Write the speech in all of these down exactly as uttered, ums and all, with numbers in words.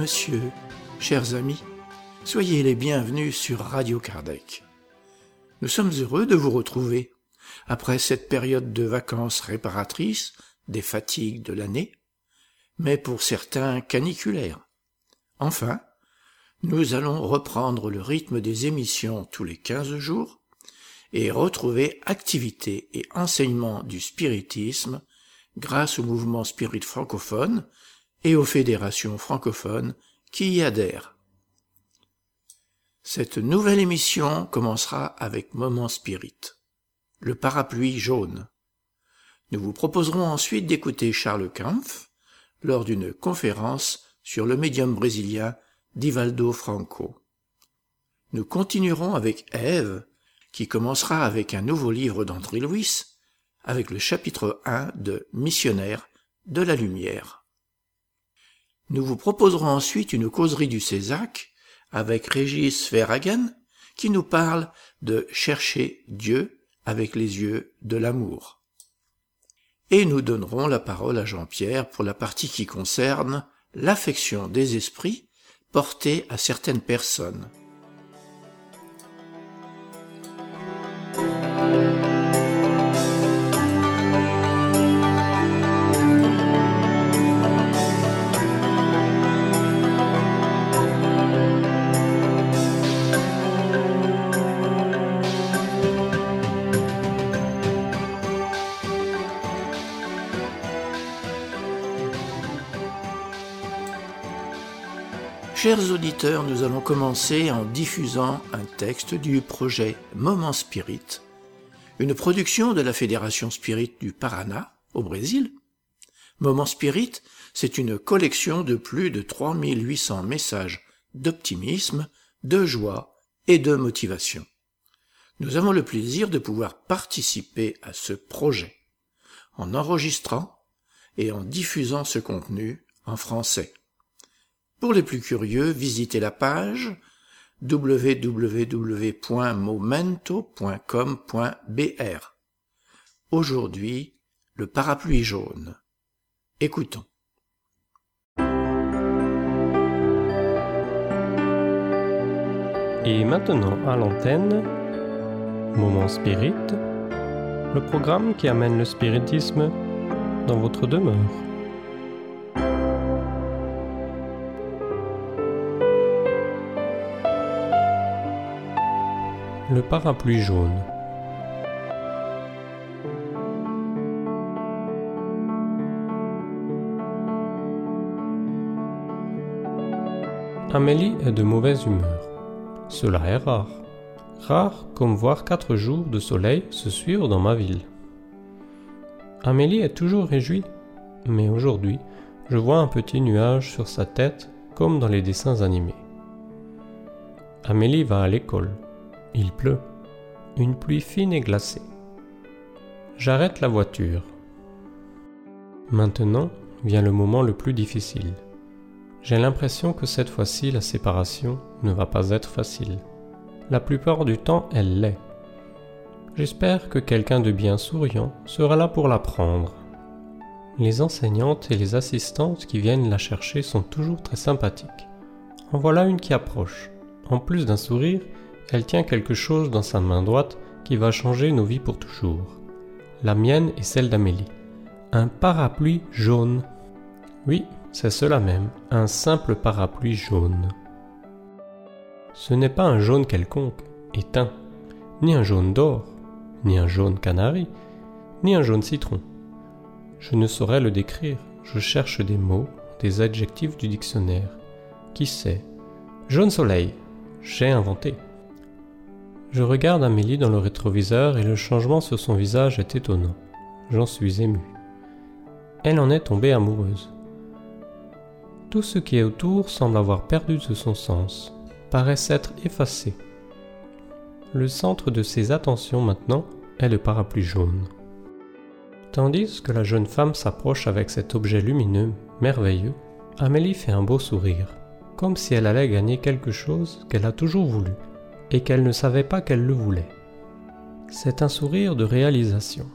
monsieur, chers amis, soyez les bienvenus sur Radio Kardec. Nous sommes heureux de vous retrouver après cette période de vacances réparatrices des fatigues de l'année, mais pour certains caniculaires. Enfin, nous allons reprendre le rythme des émissions tous les quinze jours et retrouver activité et enseignement du spiritisme grâce au mouvement spirit francophone et aux fédérations francophones qui y adhèrent. Cette nouvelle émission commencera avec Moment Spirit, le parapluie jaune. Nous vous proposerons ensuite d'écouter Charles Kampf lors d'une conférence sur le médium brésilien Divaldo Franco. Nous continuerons avec Ève, qui commencera avec un nouveau livre d'André Louis, avec le chapitre un de Missionnaire de la lumière. Nous vous proposerons ensuite une causerie du Césac avec Régis Verhagen, qui nous parle de chercher Dieu avec les yeux de l'amour. Et nous donnerons la parole à Jean-Pierre pour la partie qui concerne l'affection des esprits portée à certaines personnes. Chers auditeurs, nous allons commencer en diffusant un texte du projet Moment Spirit, une production de la Fédération Spirit du Paraná, au Brésil. Moment Spirit, c'est une collection de plus de trois mille huit cents messages d'optimisme, de joie et de motivation. Nous avons le plaisir de pouvoir participer à ce projet, en enregistrant et en diffusant ce contenu en français. Pour les plus curieux, visitez la page w w w point momento point com point b r. Aujourd'hui, le parapluie jaune. Écoutons. Et maintenant à l'antenne, Moment Spirit, le programme qui amène le spiritisme dans votre demeure. Le parapluie jaune. Amélie est de mauvaise humeur. Cela est rare. Rare comme voir quatre jours de soleil se suivre dans ma ville. Amélie est toujours réjouie, mais aujourd'hui, je vois un petit nuage sur sa tête comme dans les dessins animés. Amélie va à l'école. Il pleut. Une pluie fine et glacée. J'arrête la voiture. Maintenant vient le moment le plus difficile. J'ai l'impression que cette fois-ci la séparation ne va pas être facile. La plupart du temps, elle l'est. J'espère que quelqu'un de bien souriant sera là pour la prendre. Les enseignantes et les assistantes qui viennent la chercher sont toujours très sympathiques. En voilà une qui approche. En plus d'un sourire, elle tient quelque chose dans sa main droite qui va changer nos vies pour toujours. La mienne et celle d'Amélie. Un parapluie jaune. Oui, c'est cela même, un simple parapluie jaune. Ce n'est pas un jaune quelconque, éteint, ni un jaune d'or, ni un jaune canari, ni un jaune citron. Je ne saurais le décrire, je cherche des mots, des adjectifs du dictionnaire. Qui sait ? Jaune soleil, j'ai inventé. Je regarde Amélie dans le rétroviseur et le changement sur son visage est étonnant. J'en suis ému. Elle en est tombée amoureuse. Tout ce qui est autour semble avoir perdu de son sens, paraît s'être effacé. Le centre de ses attentions maintenant est le parapluie jaune. Tandis que la jeune femme s'approche avec cet objet lumineux, merveilleux, Amélie fait un beau sourire, comme si elle allait gagner quelque chose qu'elle a toujours voulu, et qu'elle ne savait pas qu'elle le voulait. C'est un sourire de réalisation.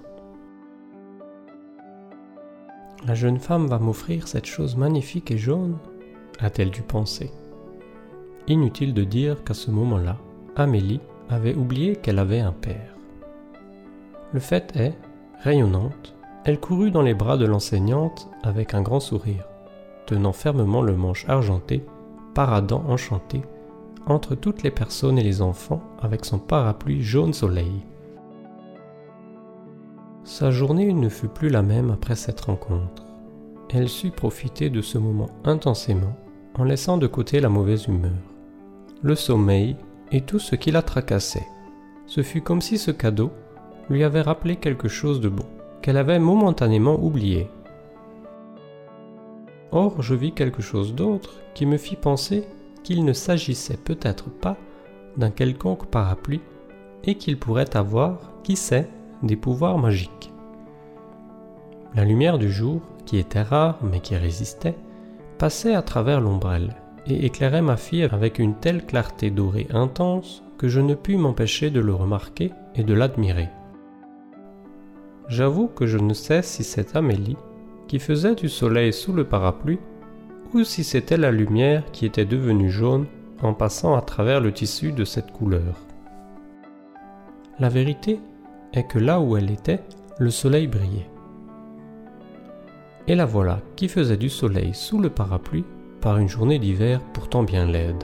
La jeune femme va m'offrir cette chose magnifique et jaune. a-t-elle dû penser. Inutile de dire qu'à ce moment-là, Amélie avait oublié qu'elle avait un père. Le fait est, rayonnante, elle courut dans les bras de l'enseignante avec un grand sourire, tenant fermement le manche argenté, paradant enchantée, entre toutes les personnes et les enfants avec son parapluie jaune soleil. Sa journée ne fut plus la même après cette rencontre. Elle sut profiter de ce moment intensément, en laissant de côté la mauvaise humeur, le sommeil et tout ce qui la tracassait. Ce fut comme si ce cadeau lui avait rappelé quelque chose de bon, qu'elle avait momentanément oublié. Or, je vis quelque chose d'autre qui me fit penser qu'il ne s'agissait peut-être pas d'un quelconque parapluie et qu'il pourrait avoir, qui sait, des pouvoirs magiques. La lumière du jour, qui était rare mais qui résistait, passait à travers l'ombrelle et éclairait ma fille avec une telle clarté dorée intense que je ne pus m'empêcher de le remarquer et de l'admirer. J'avoue que je ne sais si c'est Amélie qui faisait du soleil sous le parapluie ou si c'était la lumière qui était devenue jaune en passant à travers le tissu de cette couleur. La vérité est que là où elle était, le soleil brillait. Et la voilà qui faisait du soleil sous le parapluie par une journée d'hiver pourtant bien laide.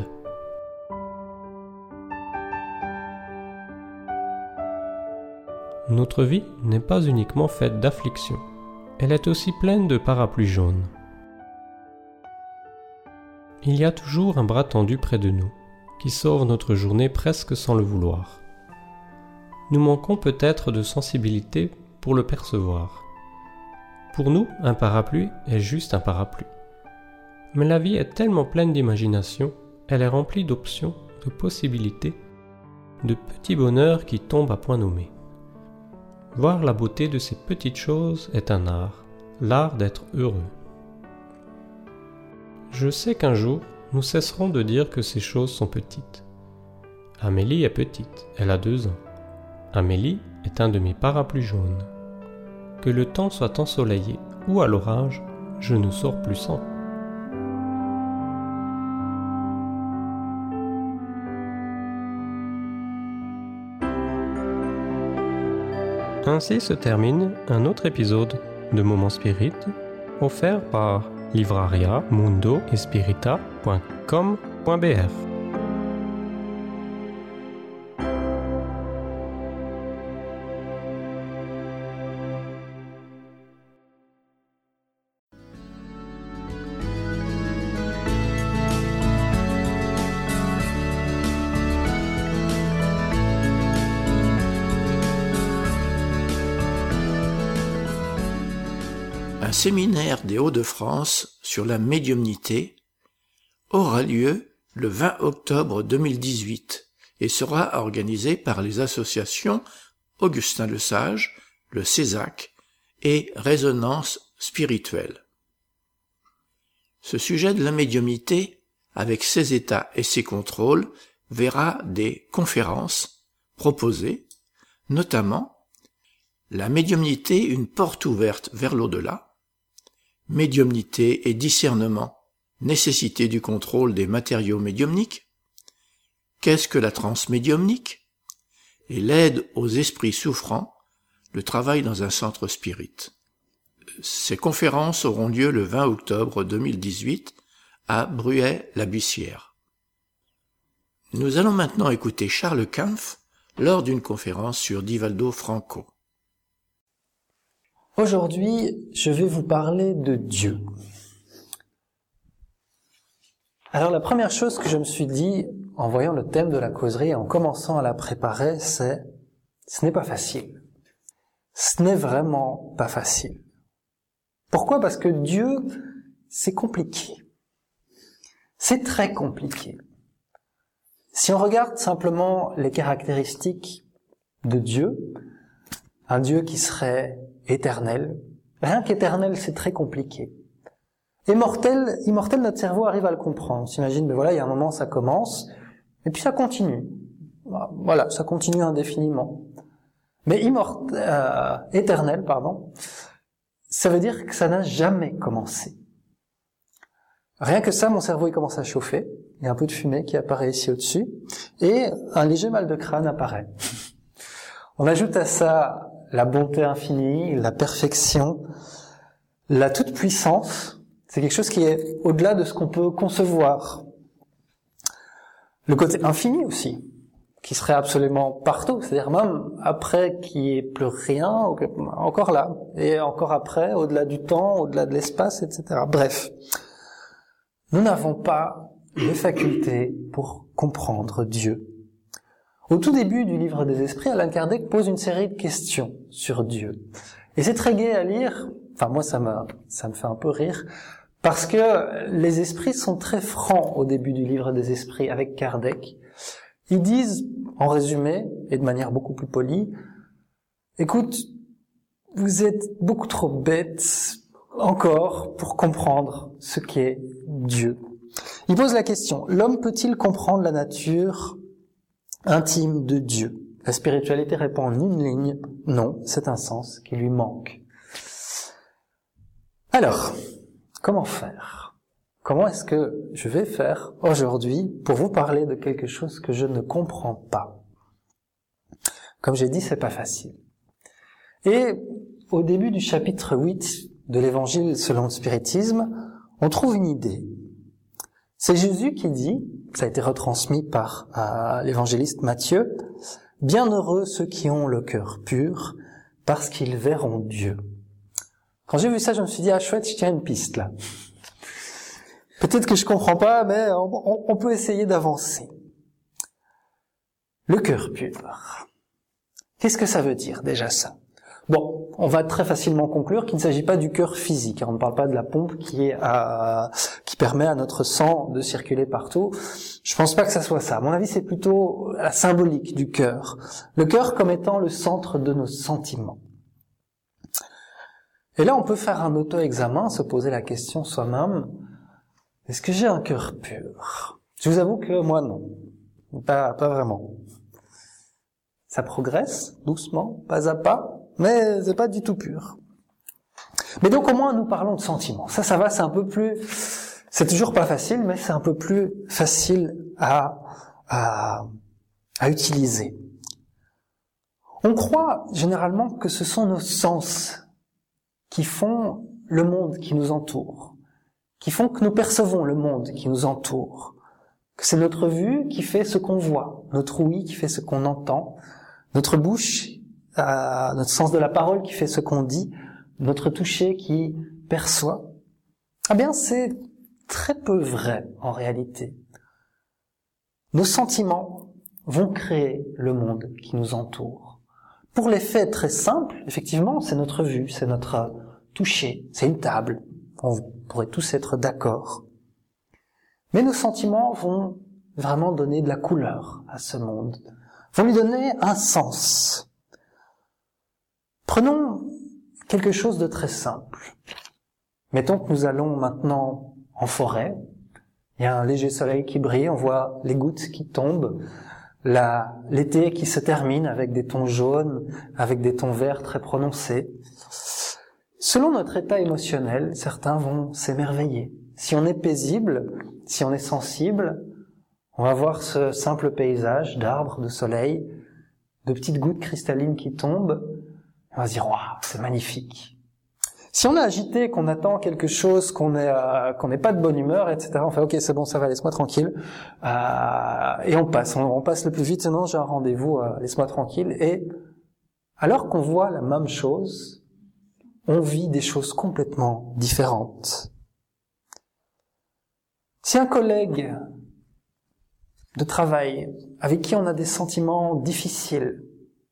Notre vie n'est pas uniquement faite d'afflictions, elle est aussi pleine de parapluies jaunes. Il y a toujours un bras tendu près de nous, qui sauve notre journée presque sans le vouloir. Nous manquons peut-être de sensibilité pour le percevoir. Pour nous, un parapluie est juste un parapluie. Mais la vie est tellement pleine d'imagination, elle est remplie d'options, de possibilités, de petits bonheurs qui tombent à point nommé. Voir la beauté de ces petites choses est un art, l'art d'être heureux. Je sais qu'un jour, nous cesserons de dire que ces choses sont petites. Amélie est petite, elle a deux ans. Amélie est un de mes parapluies jaunes. Que le temps soit ensoleillé ou à l'orage, je ne sors plus sans. Ainsi se termine un autre épisode de Moments Spirit, offert par livraria mundo espirita point com point b r. Un séminaire des Hauts-de-France sur la médiumnité aura lieu le vingt octobre deux mille dix-huit et sera organisé par les associations Augustin Le Sage, le Césac et Résonance Spirituelle. Ce sujet de la médiumnité, avec ses états et ses contrôles, verra des conférences proposées, notamment la médiumnité, une porte ouverte vers l'au-delà, médiumnité et discernement, nécessité du contrôle des matériaux médiumniques, qu'est-ce que la transe médiumnique, et l'aide aux esprits souffrants, le travail dans un centre spirit. Ces conférences auront lieu le vingt octobre deux mille dix-huit à Bruay-la-Bussière. Nous allons maintenant écouter Charles Kampf lors d'une conférence sur Divaldo Franco. Aujourd'hui, je vais vous parler de Dieu. Alors la première chose que je me suis dit en voyant le thème de la causerie et en commençant à la préparer, c'est « ce n'est pas facile ». Ce n'est vraiment pas facile. Pourquoi ? Parce que Dieu, c'est compliqué. C'est très compliqué. Si on regarde simplement les caractéristiques de Dieu, un Dieu qui serait éternel, rien qu'éternel, c'est très compliqué. Immortel, immortel, notre cerveau arrive à le comprendre. On s'imagine, ben voilà, il y a un moment, ça commence, et puis ça continue. Voilà, ça continue indéfiniment. Mais immortel, euh, éternel, pardon, ça veut dire que ça n'a jamais commencé. Rien que ça, mon cerveau il commence à chauffer. Il y a un peu de fumée qui apparaît ici au-dessus. Et un léger mal de crâne apparaît. On ajoute à ça la bonté infinie, la perfection, la toute-puissance. C'est quelque chose qui est au-delà de ce qu'on peut concevoir. Le côté infini aussi, qui serait absolument partout. C'est-à-dire même après qu'il n'y ait plus rien, encore là. Et encore après, au-delà du temps, au-delà de l'espace, et cetera. Bref, nous n'avons pas les facultés pour comprendre Dieu. Au tout début du livre des esprits, Allan Kardec pose une série de questions sur Dieu. Et c'est très gai à lire, enfin moi ça me, ça me fait un peu rire, parce que les esprits sont très francs au début du livre des esprits avec Kardec. Ils disent, en résumé, et de manière beaucoup plus polie, « Écoute, vous êtes beaucoup trop bêtes encore pour comprendre ce qu'est Dieu. » Il pose la question, l'homme peut-il comprendre la nature intime de Dieu? La spiritualité répond en une ligne, non, c'est un sens qui lui manque. Alors, comment faire? Comment est-ce que je vais faire aujourd'hui pour vous parler de quelque chose que je ne comprends pas? Comme j'ai dit, c'est pas facile. Et au début du chapitre huit de l'Évangile selon le spiritisme, on trouve une idée. C'est Jésus qui dit, ça a été retransmis par euh, l'évangéliste Matthieu, « Bienheureux ceux qui ont le cœur pur, parce qu'ils verront Dieu. » Quand j'ai vu ça, je me suis dit, ah chouette, je tiens une piste là. Peut-être que je comprends pas, mais on, on peut essayer d'avancer. Le cœur pur. Qu'est-ce que ça veut dire déjà ça? Bon, on va très facilement conclure qu'il ne s'agit pas du cœur physique. On ne parle pas de la pompe qui est à, qui permet à notre sang de circuler partout. Je pense pas que ça soit ça. À mon avis, c'est plutôt la symbolique du cœur. Le cœur comme étant le centre de nos sentiments. Et là, on peut faire un auto-examen, se poser la question soi-même, est-ce que j'ai un cœur pur? Je vous avoue que moi, non. Pas, pas vraiment. Ça progresse, doucement, pas à pas, mais c'est pas du tout pur. Mais donc, au moins, nous parlons de sentiments. Ça, ça va, c'est un peu plus, c'est toujours pas facile, mais c'est un peu plus facile à, à, à utiliser. On croit, généralement, que ce sont nos sens qui font le monde qui nous entoure, qui font que nous percevons le monde qui nous entoure, que c'est notre vue qui fait ce qu'on voit, notre ouïe qui fait ce qu'on entend, notre bouche, euh, notre sens de la parole qui fait ce qu'on dit, notre toucher qui perçoit. Eh bien, c'est très peu vrai en réalité. Nos sentiments vont créer le monde qui nous entoure. Pour les faits très simples, effectivement, c'est notre vue, c'est notre toucher, c'est une table. On pourrait tous être d'accord. Mais nos sentiments vont vraiment donner de la couleur à ce monde, vont lui donner un sens. Prenons quelque chose de très simple. Mettons que nous allons maintenant en forêt. Il y a un léger soleil qui brille, on voit les gouttes qui tombent, la, l'été qui se termine avec des tons jaunes, avec des tons verts très prononcés. Selon notre état émotionnel, certains vont s'émerveiller. Si on est paisible, si on est sensible, on va voir ce simple paysage d'arbres, de soleil, de petites gouttes cristallines qui tombent. On va se dire, waouh, c'est magnifique. Si on est agité, qu'on attend quelque chose, qu'on est euh, qu'on n'est pas de bonne humeur, et cetera, on fait, ok, c'est bon, ça va, laisse-moi tranquille. Euh, et on passe, on, on passe le plus vite, sinon j'ai un rendez-vous, euh, laisse-moi tranquille. Et alors qu'on voit la même chose, on vit des choses complètement différentes. Si un collègue de travail avec qui on a des sentiments difficiles,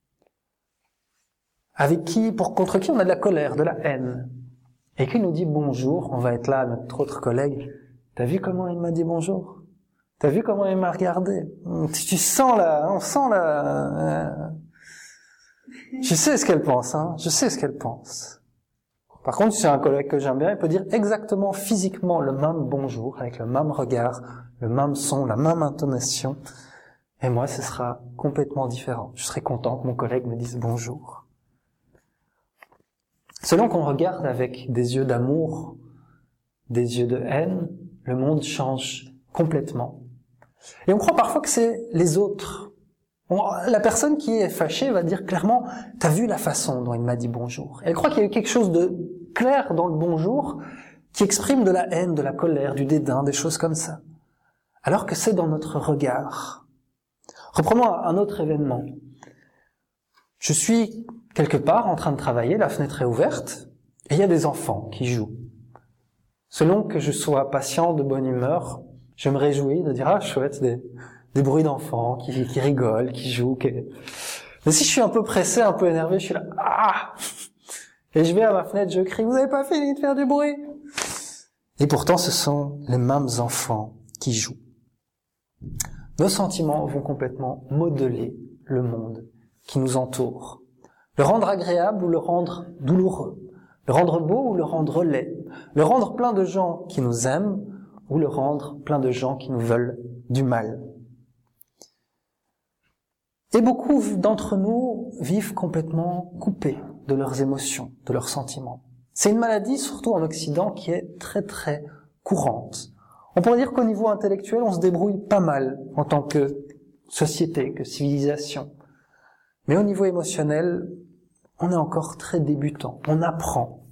avec qui, pour contre qui on a de la colère, de la haine, et qui nous dit bonjour, on va être là, notre autre collègue, t'as vu comment il m'a dit bonjour? T'as vu comment il m'a regardé? Tu sens là, on sent là. Je sais ce qu'elle pense, hein, je sais ce qu'elle pense. Par contre, si c'est un collègue que j'aime bien, il peut dire exactement physiquement le même bonjour, avec le même regard, le même son, la même intonation. Et moi, ce sera complètement différent. Je serai content que mon collègue me dise bonjour. Selon qu'on regarde avec des yeux d'amour, des yeux de haine, le monde change complètement. Et on croit parfois que c'est les autres. On, la personne qui est fâchée va dire clairement « T'as vu la façon dont il m'a dit bonjour ?» Elle croit qu'il y a eu quelque chose de clair dans le bonjour qui exprime de la haine, de la colère, du dédain, des choses comme ça. Alors que c'est dans notre regard. Reprenons un autre événement. Je suis quelque part en train de travailler, la fenêtre est ouverte, et il y a des enfants qui jouent. Selon que je sois patient, de bonne humeur, je me réjouis de dire « Ah, chouette, des, des bruits d'enfants qui, qui rigolent, qui jouent. Qui... » Mais si je suis un peu pressé, un peu énervé, je suis là « Ah !» Et je vais à ma fenêtre, je crie « Vous n'avez pas fini de faire du bruit ?» Et pourtant, ce sont les mêmes enfants qui jouent. Nos sentiments vont complètement modeler le monde qui nous entoure. Le rendre agréable ou le rendre douloureux. Le rendre beau ou le rendre laid. Le rendre plein de gens qui nous aiment ou le rendre plein de gens qui nous veulent du mal. Et beaucoup d'entre nous vivent complètement coupés de leurs émotions, de leurs sentiments. C'est une maladie, surtout en Occident, qui est très très courante. On pourrait dire qu'au niveau intellectuel, on se débrouille pas mal en tant que société, que civilisation. Mais au niveau émotionnel, on est encore très débutant. On apprend.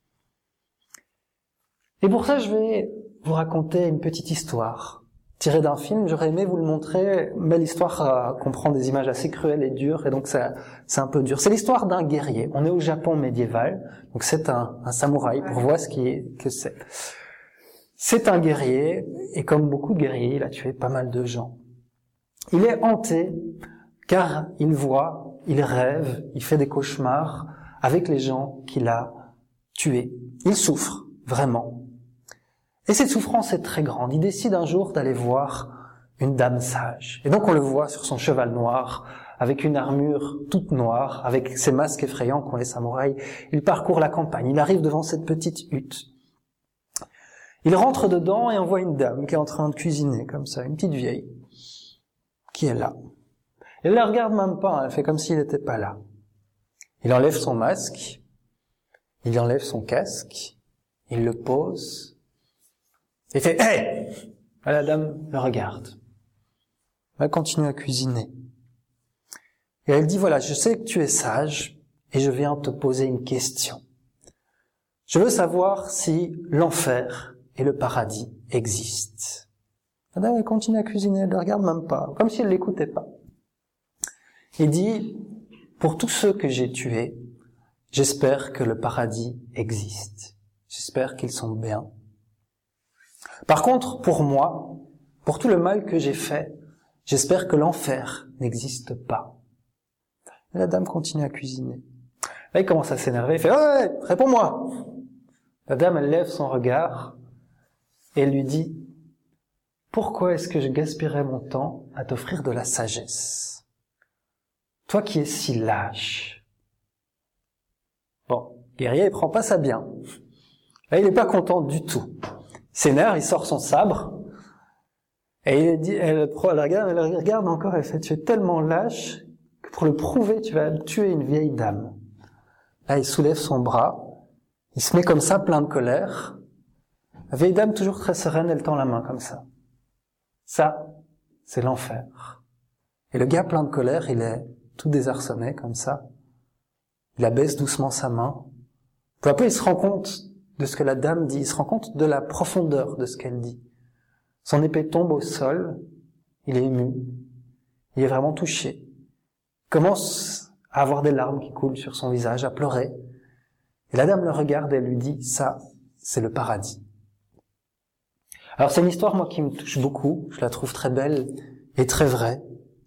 Et pour ça, je vais vous raconter une petite histoire tirée d'un film. J'aurais aimé vous le montrer. Belle histoire euh, comprend des images assez cruelles et dures, et donc ça, c'est un peu dur. C'est l'histoire d'un guerrier. On est au Japon médiéval, donc c'est un, un samouraï pour voir ce qui est, que c'est. C'est un guerrier, et comme beaucoup de guerriers, il a tué pas mal de gens. Il est hanté, car il voit, il rêve, il fait des cauchemars avec les gens qu'il a tués. Il souffre, vraiment. Et cette souffrance est très grande. Il décide un jour d'aller voir une dame sage. Et donc on le voit sur son cheval noir, avec une armure toute noire, avec ses masques effrayants qu'ont les samouraïs. Il parcourt la campagne, il arrive devant cette petite hutte. Il rentre dedans et on voit une dame qui est en train de cuisiner, comme ça, une petite vieille, qui est là. Elle ne la regarde même pas, elle fait comme s'il n'était pas là. Il enlève son masque, il enlève son casque, il le pose, et fait « Hey !» La dame le regarde. Elle continue à cuisiner. Et elle dit « Voilà, je sais que tu es sage, et je viens te poser une question. Je veux savoir si l'enfer et le paradis existent. » La dame, elle continue à cuisiner, elle ne le regarde même pas, comme si elle ne l'écoutait pas. Il dit, pour tous ceux que j'ai tués, j'espère que le paradis existe. J'espère qu'ils sont bien. Par contre, pour moi, pour tout le mal que j'ai fait, j'espère que l'enfer n'existe pas. Et la dame continue à cuisiner. Là, il commence à s'énerver, il fait « Ouais, réponds-moi !» La dame, elle lève son regard et elle lui dit « Pourquoi est-ce que je gaspillerais mon temps à t'offrir de la sagesse ? Toi qui es si lâche. » Bon, guerrier, il prend pas ça bien. Là, il est pas content du tout. Il s'énerve, il sort son sabre, et il dit, elle, elle regarde, elle regarde encore, elle fait, tu es tellement lâche, que pour le prouver, tu vas tuer une vieille dame. Là, il soulève son bras, il se met comme ça, plein de colère. La vieille dame, toujours très sereine, elle tend la main comme ça. Ça, c'est l'enfer. Et le gars, plein de colère, il est tout désarçonné, comme ça. Il abaisse doucement sa main. Peu à peu, il se rend compte de ce que la dame dit. Il se rend compte de la profondeur de ce qu'elle dit. Son épée tombe au sol. Il est ému. Il est vraiment touché. Il commence à avoir des larmes qui coulent sur son visage, à pleurer. Et la dame le regarde et elle lui dit, ça, c'est le paradis. Alors c'est une histoire, moi, qui me touche beaucoup. Je la trouve très belle et très vraie.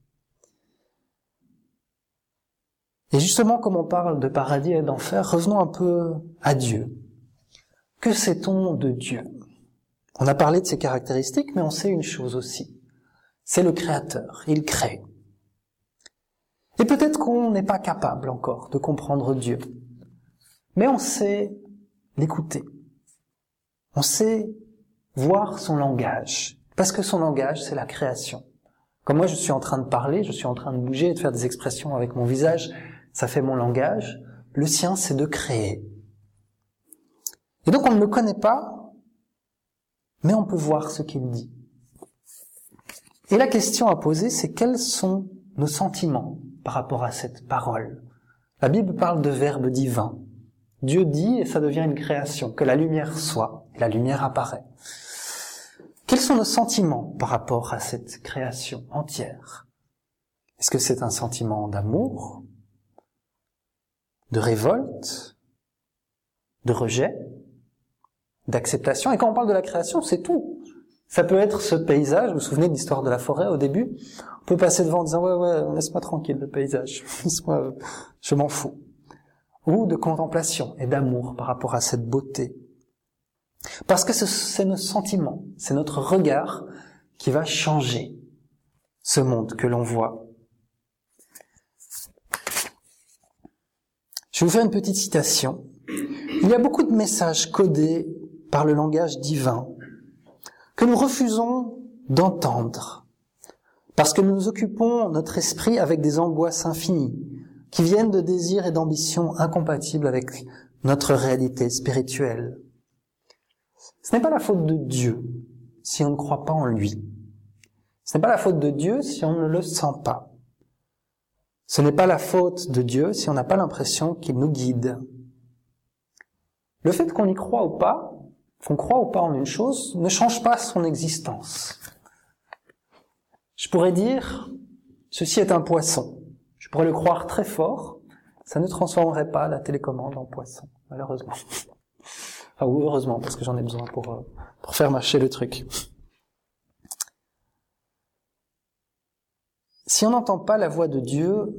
Et justement, comme on parle de paradis et d'enfer, revenons un peu à Dieu. Que sait-on de Dieu ? On a parlé de ses caractéristiques, mais on sait une chose aussi. C'est le Créateur. Il crée. Et peut-être qu'on n'est pas capable encore de comprendre Dieu. Mais on sait l'écouter. On sait voir son langage. Parce que son langage, c'est la création. Comme moi, je suis en train de parler, je suis en train de bouger et de faire des expressions avec mon visage, ça fait mon langage. Le sien, c'est de créer. Et donc, on ne le connaît pas, mais on peut voir ce qu'il dit. Et la question à poser, c'est quels sont nos sentiments par rapport à cette parole? La Bible parle de verbe divin. Dieu dit et ça devient une création, que la lumière soit, et la lumière apparaît. Quels sont nos sentiments par rapport à cette création entière? Est-ce que c'est un sentiment d'amour, de révolte, de rejet, d'acceptation? Et quand on parle de la création, c'est tout. Ça peut être ce paysage, vous vous souvenez de l'histoire de la forêt au début? On peut passer devant en disant « ouais, ouais, laisse-moi tranquille le paysage, laisse-moi, je m'en fous ». Ou de contemplation et d'amour par rapport à cette beauté. Parce que c'est nos sentiments, c'est notre regard qui va changer ce monde que l'on voit. Je vais vous faire une petite citation. Il y a beaucoup de messages codés par le langage divin que nous refusons d'entendre parce que nous nous occupons notre esprit avec des angoisses infinies qui viennent de désirs et d'ambitions incompatibles avec notre réalité spirituelle. Ce n'est pas la faute de Dieu si on ne croit pas en lui. Ce n'est pas la faute de Dieu si on ne le sent pas. Ce n'est pas la faute de Dieu si on n'a pas l'impression qu'il nous guide. Le fait qu'on y croit ou pas, qu'on croit ou pas en une chose, ne change pas son existence. Je pourrais dire, ceci est un poisson. Je pourrais le croire très fort, ça ne transformerait pas la télécommande en poisson, malheureusement. Enfin, ou heureusement, parce que j'en ai besoin pour, euh, pour faire marcher le truc. Si on n'entend pas la voix de Dieu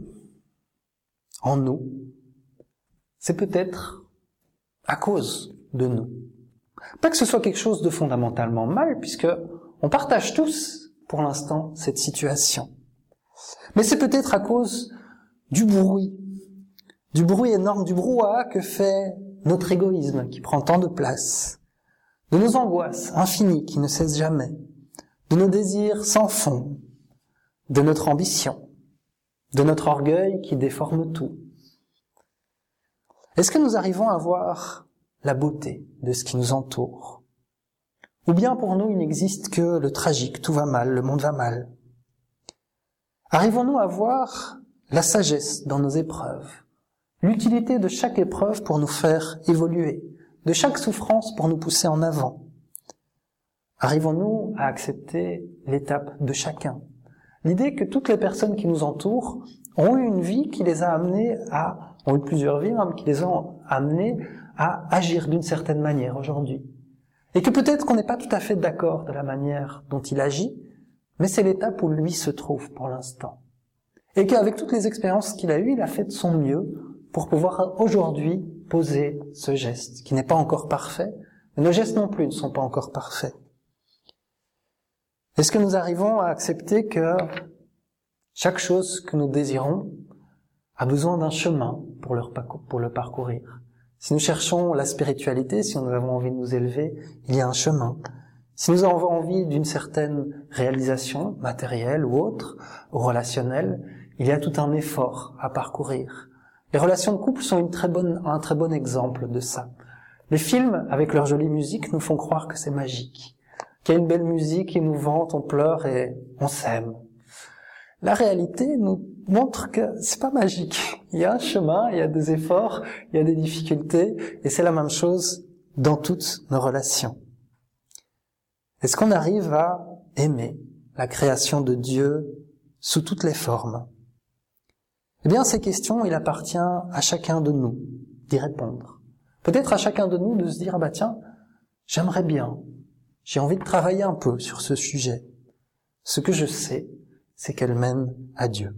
en nous, c'est peut-être à cause de nous. Pas que ce soit quelque chose de fondamentalement mal, puisque on partage tous, pour l'instant, cette situation. Mais c'est peut-être à cause du bruit, du bruit énorme, du brouhaha que fait notre égoïsme qui prend tant de place, de nos angoisses infinies qui ne cessent jamais, de nos désirs sans fond, de notre ambition, de notre orgueil qui déforme tout. Est-ce que nous arrivons à voir la beauté de ce qui nous entoure? Ou bien pour nous il n'existe que le tragique, tout va mal, le monde va mal? Arrivons-nous à voir la sagesse dans nos épreuves, l'utilité de chaque épreuve pour nous faire évoluer, de chaque souffrance pour nous pousser en avant? Arrivons-nous à accepter l'étape de chacun? L'idée que toutes les personnes qui nous entourent ont eu une vie qui les a amenés à, ont eu plusieurs vies même, qui les ont amenés à agir d'une certaine manière aujourd'hui. Et que peut-être qu'on n'est pas tout à fait d'accord de la manière dont il agit, mais c'est l'étape où lui se trouve pour l'instant. Et qu'avec toutes les expériences qu'il a eues, il a fait de son mieux pour pouvoir aujourd'hui poser ce geste, qui n'est pas encore parfait, mais nos gestes non plus ne sont pas encore parfaits. Est-ce que nous arrivons à accepter que chaque chose que nous désirons a besoin d'un chemin pour le, pour le parcourir? Si nous cherchons la spiritualité, si nous avons envie de nous élever, il y a un chemin. Si nous avons envie d'une certaine réalisation matérielle ou autre, ou relationnelle, il y a tout un effort à parcourir. Les relations de couple sont une très bonne, un très bon exemple de ça. Les films, avec leur jolie musique, nous font croire que c'est magique, qu'il y a une belle musique, ils nous vantent, on pleure et on s'aime. La réalité nous montre que c'est pas magique. Il y a un chemin, il y a des efforts, il y a des difficultés, et c'est la même chose dans toutes nos relations. Est-ce qu'on arrive à aimer la création de Dieu sous toutes les formes? Eh bien, ces questions, il appartient à chacun de nous d'y répondre. Peut-être à chacun de nous de se dire, ah bah tiens, j'aimerais bien, j'ai envie de travailler un peu sur ce sujet. Ce que je sais, c'est qu'elle mène à Dieu.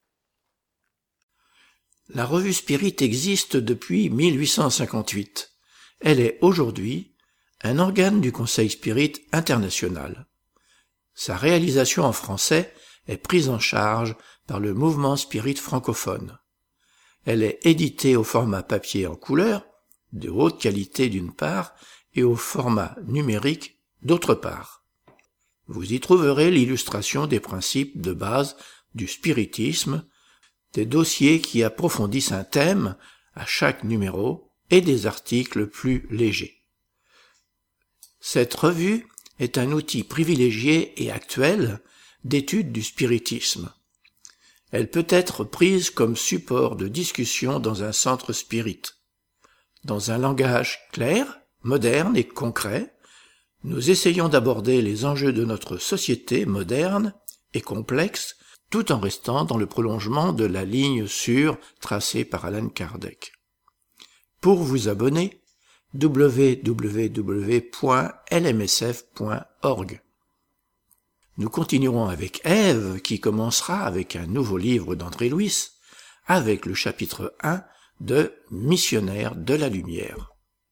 La revue Spirit existe depuis mille huit cent cinquante-huit. Elle est aujourd'hui un organe du Conseil Spirit international. Sa réalisation en français est prise en charge par le mouvement Spirit francophone. Elle est éditée au format papier en couleur, de haute qualité d'une part, et au format numérique d'autre part. Vous y trouverez l'illustration des principes de base du spiritisme, des dossiers qui approfondissent un thème à chaque numéro et des articles plus légers. Cette revue est un outil privilégié et actuel d'étude du spiritisme. Elle peut être prise comme support de discussion dans un centre spirit. Dans un langage clair, moderne et concret, nous essayons d'aborder les enjeux de notre société moderne et complexe, tout en restant dans le prolongement de la ligne sûre tracée par Allan Kardec. Pour vous abonner, w w w point l m s f point org. Nous continuerons avec Ève, qui commencera avec un nouveau livre d'André Louis, avec le chapitre un de Missionnaire de la Lumière.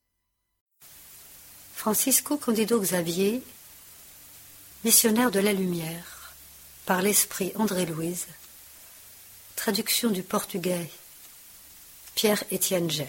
Francisco Cândido Xavier, Missionnaire de la Lumière, par l'esprit André Louis, traduction du portugais Pierre-Étienne Jay.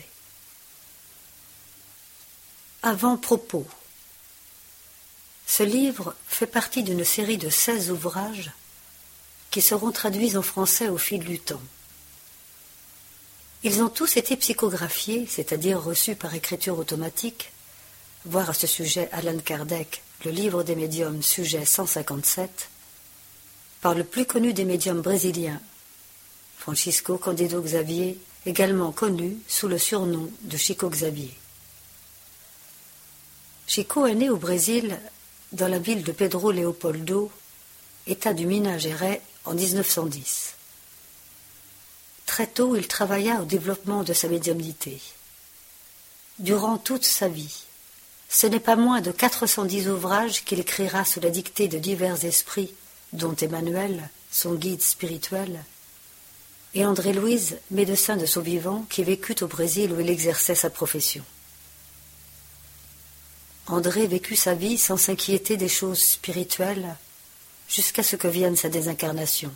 Avant-propos. Ce livre fait partie d'une série de seize ouvrages qui seront traduits en français au fil du temps. Ils ont tous été psychographiés, c'est-à-dire reçus par écriture automatique, voir à ce sujet Allan Kardec, le livre des médiums, sujet cent cinquante-sept, par le plus connu des médiums brésiliens, Francisco Cândido Xavier, également connu sous le surnom de Chico Xavier. Chico est né au Brésil, dans la ville de Pedro Leopoldo, état du Minas Gerais, en dix-neuf cent dix. Très tôt, il travailla au développement de sa médiumnité. Durant toute sa vie, ce n'est pas moins de quatre cent dix ouvrages qu'il écrira sous la dictée de divers esprits, dont Emmanuel, son guide spirituel, et André Louis, médecin de son vivant, qui vécut au Brésil où il exerçait sa profession. André vécut sa vie sans s'inquiéter des choses spirituelles jusqu'à ce que vienne sa désincarnation.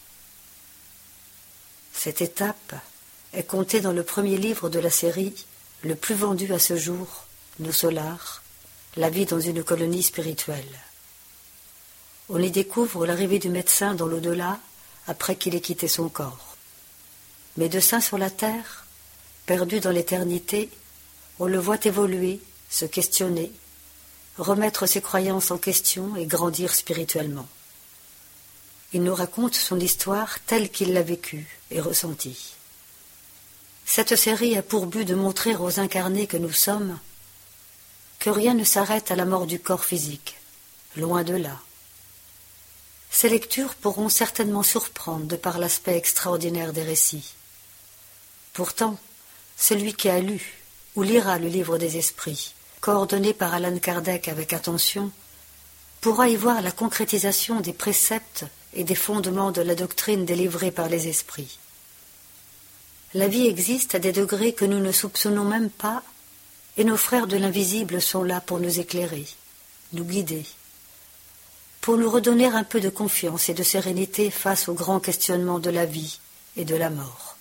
Cette étape est comptée dans le premier livre de la série, le plus vendu à ce jour, Nos Solars, la vie dans une colonie spirituelle. On y découvre l'arrivée du médecin dans l'au-delà après qu'il ait quitté son corps. Médecin sur la terre, perdu dans l'éternité, on le voit évoluer, se questionner, remettre ses croyances en question et grandir spirituellement. Il nous raconte son histoire telle qu'il l'a vécue et ressentie. Cette série a pour but de montrer aux incarnés que nous sommes que rien ne s'arrête à la mort du corps physique, loin de là. Ces lectures pourront certainement surprendre de par l'aspect extraordinaire des récits. Pourtant, celui qui a lu ou lira le livre des esprits, coordonné par Allan Kardec avec attention, pourra y voir la concrétisation des préceptes et des fondements de la doctrine délivrée par les esprits. La vie existe à des degrés que nous ne soupçonnons même pas, et nos frères de l'invisible sont là pour nous éclairer, nous guider, pour nous redonner un peu de confiance et de sérénité face aux grands questionnements de la vie et de la mort.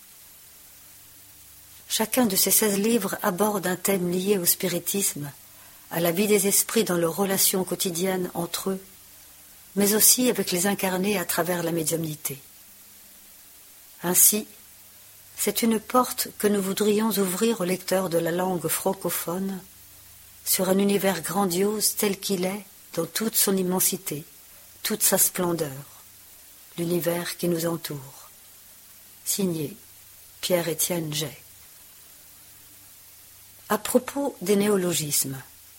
Chacun de ces seize livres aborde un thème lié au spiritisme, à la vie des esprits dans leurs relations quotidiennes entre eux, mais aussi avec les incarnés à travers la médiumnité. Ainsi, c'est une porte que nous voudrions ouvrir aux lecteurs de la langue francophone sur un univers grandiose tel qu'il est dans toute son immensité, toute sa splendeur, l'univers qui nous entoure. Signé Pierre-Étienne Jay. À propos des néologismes,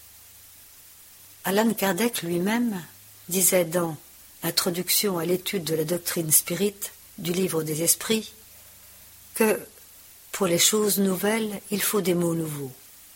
Allan Kardec lui-même disait dans Introduction à l'étude de la doctrine spirite du livre des esprits que pour les choses nouvelles, il faut des mots nouveaux.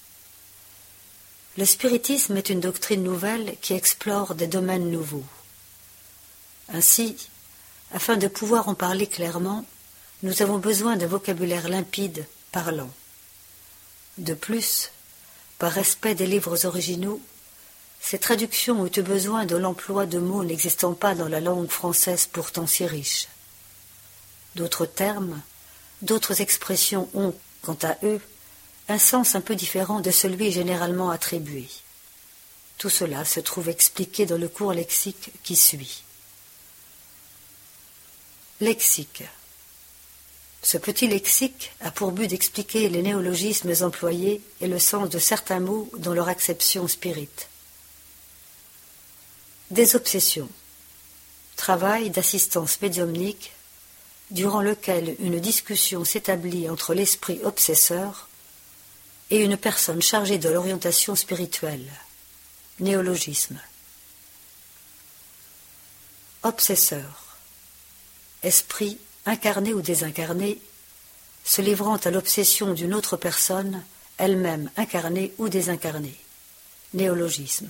Le spiritisme est une doctrine nouvelle qui explore des domaines nouveaux. Ainsi, afin de pouvoir en parler clairement, nous avons besoin d'un vocabulaire limpide, parlant. De plus, par respect des livres originaux, ces traductions ont eu besoin de l'emploi de mots n'existant pas dans la langue française pourtant si riche. D'autres termes, d'autres expressions ont, quant à eux, un sens un peu différent de celui généralement attribué. Tout cela se trouve expliqué dans le cours lexique qui suit. Lexique. Ce petit lexique a pour but d'expliquer les néologismes employés et le sens de certains mots dans leur acception spirite. Désobsession. Travail d'assistance médiumnique durant lequel une discussion s'établit entre l'esprit obsesseur et une personne chargée de l'orientation spirituelle. Néologisme. Obsesseur. Esprit incarné ou désincarné, se livrant à l'obsession d'une autre personne, elle-même incarnée ou désincarnée. Néologisme.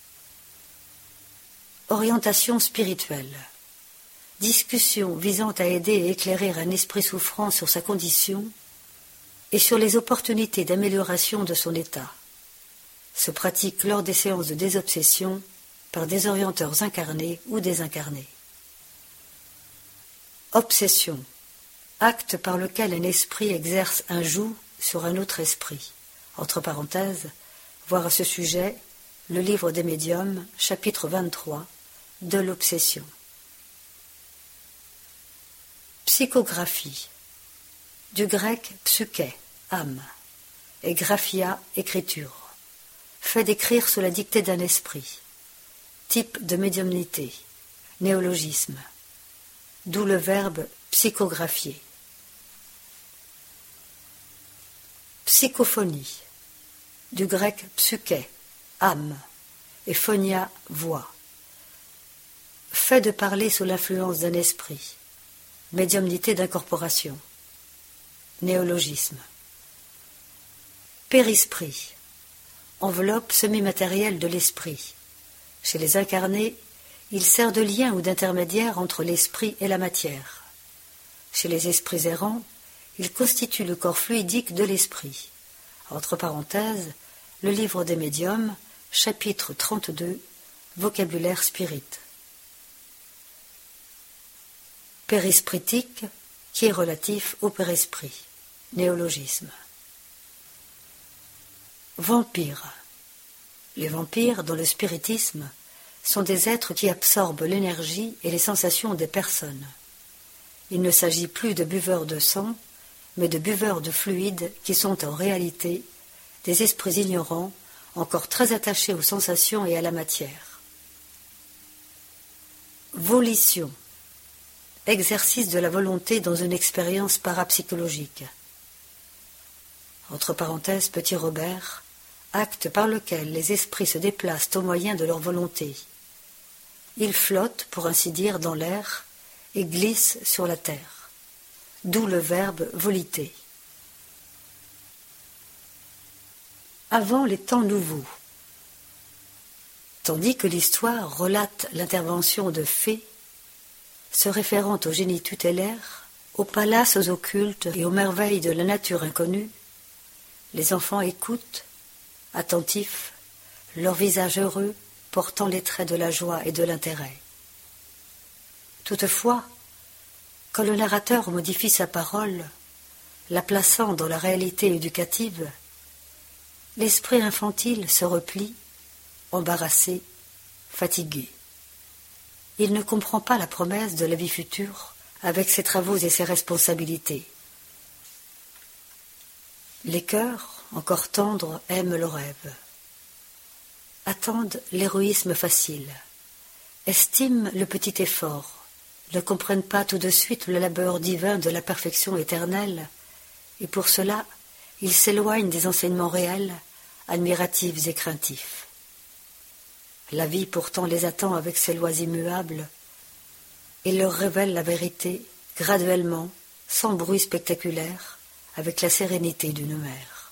Orientation spirituelle. Discussion visant à aider et éclairer un esprit souffrant sur sa condition et sur les opportunités d'amélioration de son état. Se pratique lors des séances de désobsession par des orienteurs incarnés ou désincarnés. Obsession. Acte par lequel un esprit exerce un joug sur un autre esprit. Entre parenthèses, voir à ce sujet le livre des médiums, chapitre vingt-trois, de l'obsession. Psychographie. Du grec psyché, âme, et graphia, écriture. Fait d'écrire sous la dictée d'un esprit. Type de médiumnité. Néologisme. D'où le verbe psychographier. Psychophonie. Du grec psyché, âme, et phonia, voix. Fait de parler sous l'influence d'un esprit. Médiumnité d'incorporation. Néologisme. Périsprit. Enveloppe semi-matérielle de l'esprit. Chez les incarnés, il sert de lien ou d'intermédiaire entre l'esprit et la matière. Chez les esprits errants, il constitue le corps fluidique de l'esprit. Entre parenthèses, le livre des médiums, chapitre trente-deux, vocabulaire spirit. Périspritique, qui est relatif au périsprit. Néologisme. Vampires. Les vampires, dans le spiritisme, sont des êtres qui absorbent l'énergie et les sensations des personnes. Il ne s'agit plus de buveurs de sang, mais de buveurs de fluides qui sont en réalité des esprits ignorants, encore très attachés aux sensations et à la matière. Volition. Exercice de la volonté dans une expérience parapsychologique. Entre parenthèses, petit Robert, acte par lequel les esprits se déplacent au moyen de leur volonté. Ils flottent, pour ainsi dire, dans l'air et glissent sur la terre. D'où le verbe voliter. Avant les temps nouveaux. Tandis que l'histoire relate l'intervention de fées, se référant au génie tutélaire, aux palaces occultes et aux merveilles de la nature inconnue, les enfants écoutent, attentifs, leur visage heureux portant les traits de la joie et de l'intérêt. Toutefois, quand le narrateur modifie sa parole, la plaçant dans la réalité éducative, l'esprit infantile se replie, embarrassé, fatigué. Il ne comprend pas la promesse de la vie future avec ses travaux et ses responsabilités. Les cœurs, encore tendres, aiment le rêve, attendent l'héroïsme facile, estiment le petit effort, ne comprennent pas tout de suite le labeur divin de la perfection éternelle, et pour cela, ils s'éloignent des enseignements réels, admiratifs et craintifs. La vie pourtant les attend avec ses lois immuables et leur révèle la vérité graduellement, sans bruit spectaculaire, avec la sérénité d'une mère.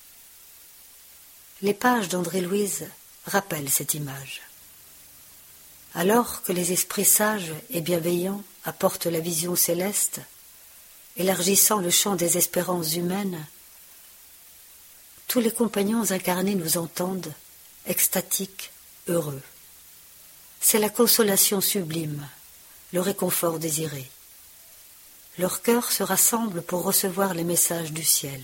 Les pages d'André-Louise rappellent cette image. Alors que les esprits sages et bienveillants apportent la vision céleste, élargissant le champ des espérances humaines, tous les compagnons incarnés nous entendent, extatiques, heureux. C'est la consolation sublime, le réconfort désiré. Leur cœur se rassemble pour recevoir les messages du ciel.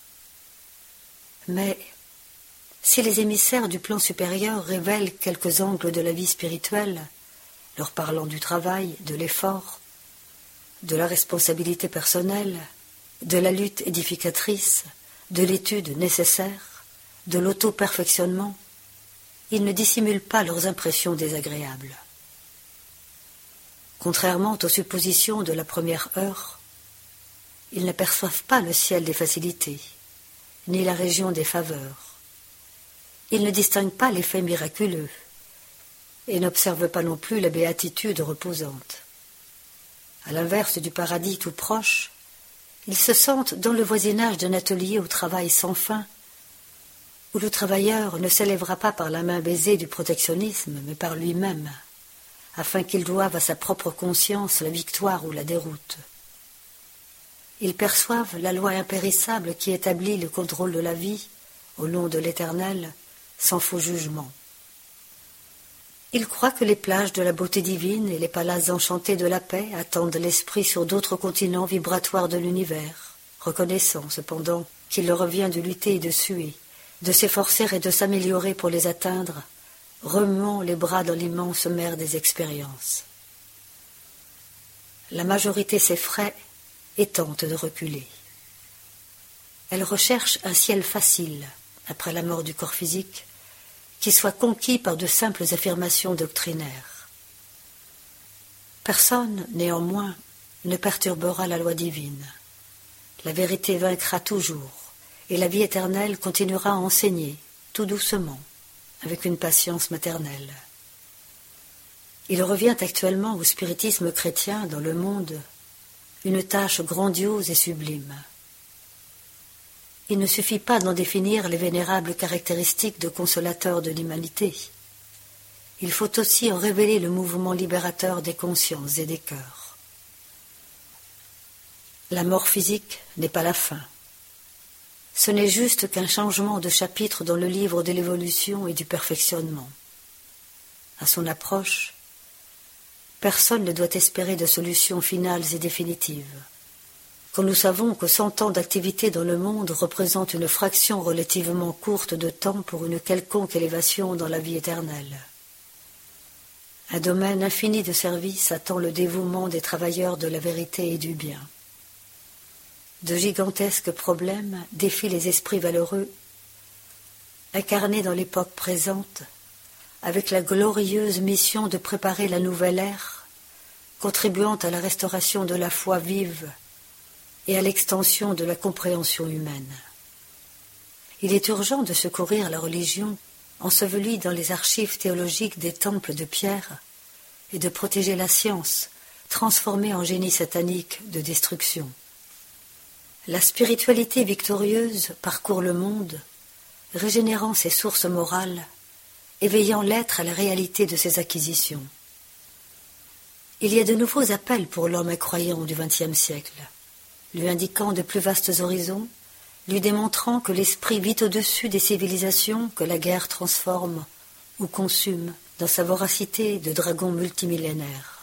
Mais si les émissaires du plan supérieur révèlent quelques angles de la vie spirituelle, leur parlant du travail, de l'effort, de la responsabilité personnelle, de la lutte édificatrice, de l'étude nécessaire, de l'auto-perfectionnement, ils ne dissimulent pas leurs impressions désagréables. Contrairement aux suppositions de la première heure, ils n'aperçoivent pas le ciel des facilités, ni la région des faveurs. Ils ne distinguent pas l'effet miraculeux, et n'observent pas non plus la béatitude reposante. À l'inverse du paradis tout proche, ils se sentent dans le voisinage d'un atelier au travail sans fin, où le travailleur ne s'élèvera pas par la main baisée du protectionnisme, mais par lui-même, afin qu'il doive à sa propre conscience la victoire ou la déroute. Ils perçoivent la loi impérissable qui établit le contrôle de la vie, au nom de l'Éternel, sans faux jugement. Ils croient que les plages de la beauté divine et les palaces enchantés de la paix attendent l'esprit sur d'autres continents vibratoires de l'univers, reconnaissant cependant qu'il leur revient de lutter et de suer, de s'efforcer et de s'améliorer pour les atteindre, remuant les bras dans l'immense mer des expériences. La majorité s'effraie et tente de reculer. Elle recherche un ciel facile, après la mort du corps physique, qui soit conquis par de simples affirmations doctrinaires. Personne, néanmoins, ne perturbera la loi divine. La vérité vaincra toujours, et la vie éternelle continuera à enseigner, tout doucement, avec une patience maternelle. Il revient actuellement au spiritisme chrétien dans le monde une tâche grandiose et sublime. Il ne suffit pas d'en définir les vénérables caractéristiques de consolateur de l'humanité. Il faut aussi en révéler le mouvement libérateur des consciences et des cœurs. La mort physique n'est pas la fin. Ce n'est juste qu'un changement de chapitre dans le livre de l'évolution et du perfectionnement. À son approche, personne ne doit espérer de solutions finales et définitives. Quand nous savons que cent ans d'activité dans le monde représentent une fraction relativement courte de temps pour une quelconque élévation dans la vie éternelle. Un domaine infini de service attend le dévouement des travailleurs de la vérité et du bien. De gigantesques problèmes défient les esprits valeureux, incarnés dans l'époque présente, avec la glorieuse mission de préparer la nouvelle ère, contribuant à la restauration de la foi vive et à l'extension de la compréhension humaine. Il est urgent de secourir la religion ensevelie dans les archives théologiques des temples de pierre et de protéger la science, transformée en génie satanique de destruction. La spiritualité victorieuse parcourt le monde, régénérant ses sources morales, éveillant l'être à la réalité de ses acquisitions. Il y a de nouveaux appels pour l'homme incroyant du vingtième siècle, lui indiquant de plus vastes horizons, lui démontrant que l'esprit vit au-dessus des civilisations que la guerre transforme ou consume dans sa voracité de dragon multimillénaire.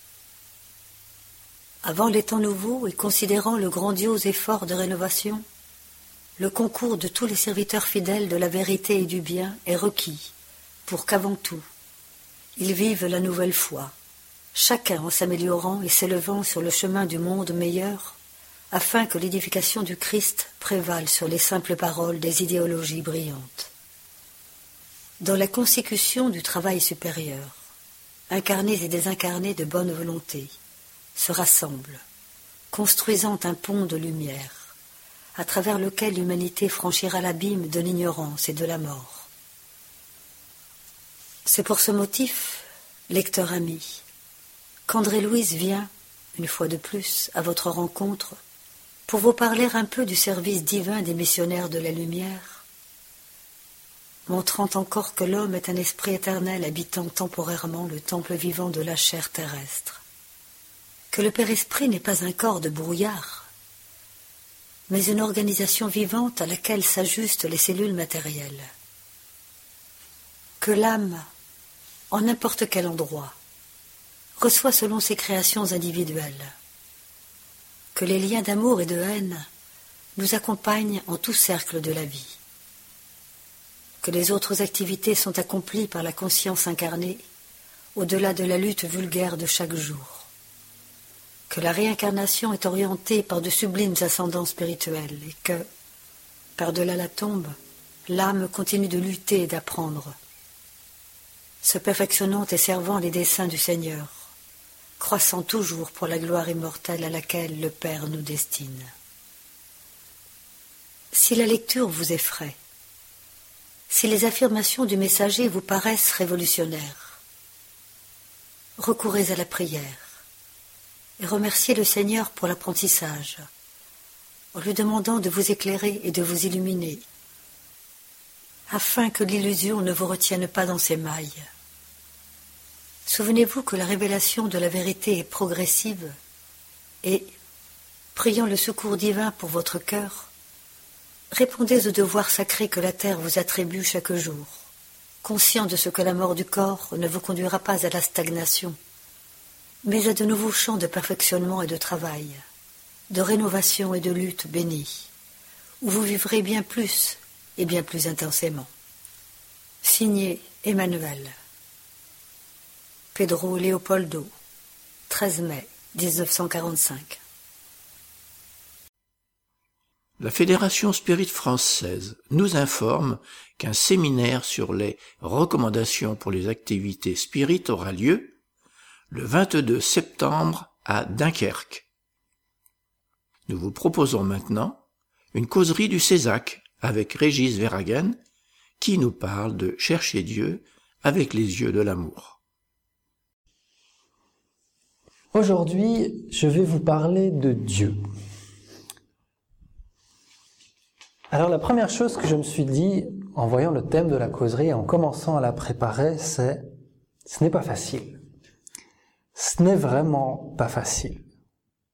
Avant les temps nouveaux et considérant le grandiose effort de rénovation, le concours de tous les serviteurs fidèles de la vérité et du bien est requis pour qu'avant tout, ils vivent la nouvelle foi, chacun en s'améliorant et s'élevant sur le chemin du monde meilleur, afin que l'édification du Christ prévale sur les simples paroles des idéologies brillantes. Dans la consécution du travail supérieur, incarnés et désincarnés de bonne volonté se rassemblent, construisant un pont de lumière, à travers lequel l'humanité franchira l'abîme de l'ignorance et de la mort. C'est pour ce motif, lecteur ami, qu'André Louise vient, une fois de plus, à votre rencontre, pour vous parler un peu du service divin des missionnaires de la lumière, montrant encore que l'homme est un esprit éternel habitant temporairement le temple vivant de la chair terrestre, que le Père-Esprit n'est pas un corps de brouillard, mais une organisation vivante à laquelle s'ajustent les cellules matérielles, que l'âme, en n'importe quel endroit, reçoit selon ses créations individuelles, que les liens d'amour et de haine nous accompagnent en tout cercle de la vie, que les autres activités sont accomplies par la conscience incarnée au-delà de la lutte vulgaire de chaque jour, que la réincarnation est orientée par de sublimes ascendants spirituels et que, par-delà la tombe, l'âme continue de lutter et d'apprendre, se perfectionnant et servant les desseins du Seigneur, croissant toujours pour la gloire immortelle à laquelle le Père nous destine. Si la lecture vous effraie, si les affirmations du messager vous paraissent révolutionnaires, recourez à la prière et remerciez le Seigneur pour l'apprentissage, en lui demandant de vous éclairer et de vous illuminer, afin que l'illusion ne vous retienne pas dans ses mailles. Souvenez-vous que la révélation de la vérité est progressive et, priant le secours divin pour votre cœur, répondez au devoir sacré que la terre vous attribue chaque jour, conscient de ce que la mort du corps ne vous conduira pas à la stagnation, mais à de nouveaux champs de perfectionnement et de travail, de rénovation et de lutte bénie, où vous vivrez bien plus et bien plus intensément. Signé Emmanuel. Pedro Leopoldo, treize mai mille neuf cent quarante-cinq. La Fédération Spirit française nous informe qu'un séminaire sur les recommandations pour les activités spirit aura lieu le vingt-deux septembre à Dunkerque. Nous vous proposons maintenant une causerie du Césac avec Régis Verhagen qui nous parle de chercher Dieu avec les yeux de l'amour. Aujourd'hui, je vais vous parler de Dieu. Alors la première chose que je me suis dit en voyant le thème de la causerie et en commençant à la préparer, c'est « ce n'est pas facile ». Ce n'est vraiment pas facile. Pourquoi ?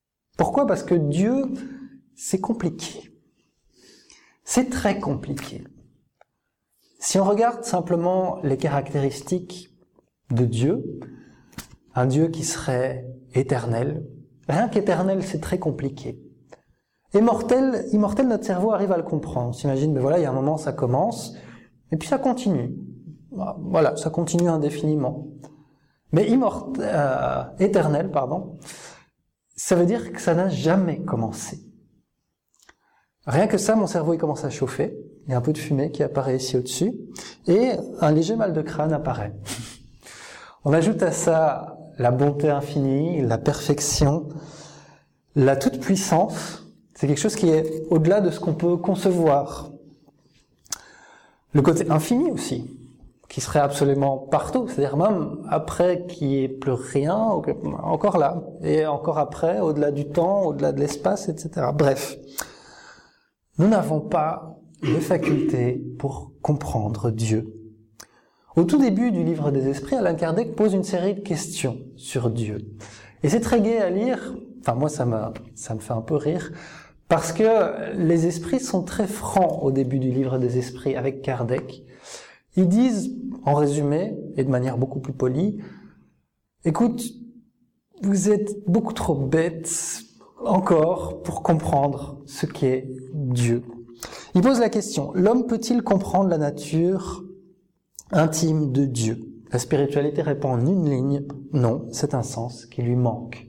Parce que Dieu, c'est compliqué. C'est très compliqué. Si on regarde simplement les caractéristiques de Dieu, un Dieu qui serait éternel, rien qu'éternel, c'est très compliqué. Immortel, immortel, notre cerveau arrive à le comprendre. On s'imagine, mais voilà, il y a un moment, ça commence, et puis ça continue. Voilà, ça continue indéfiniment. Mais immortel, euh, éternel, pardon, ça veut dire que ça n'a jamais commencé. Rien que ça, mon cerveau, il commence à chauffer. Il y a un peu de fumée qui apparaît ici au-dessus, et un léger mal de crâne apparaît. On ajoute à ça la bonté infinie, la perfection, la toute-puissance. C'est quelque chose qui est au-delà de ce qu'on peut concevoir. Le côté infini aussi, qui serait absolument partout, c'est-à-dire même après qu'il n'y ait plus rien, encore là, et encore après, au-delà du temps, au-delà de l'espace, et cetera. Bref, nous n'avons pas les facultés pour comprendre Dieu. Au tout début du livre des esprits, Allan Kardec pose une série de questions sur Dieu. Et c'est très gai à lire, enfin moi ça me, ça me fait un peu rire, parce que les esprits sont très francs au début du livre des esprits avec Kardec. Ils disent, en résumé, et de manière beaucoup plus polie, « Écoute, vous êtes beaucoup trop bêtes encore pour comprendre ce qu'est Dieu. » Il pose la question, l'homme peut-il comprendre la nature intime de Dieu ? La spiritualité répond en une ligne, non, c'est un sens qui lui manque.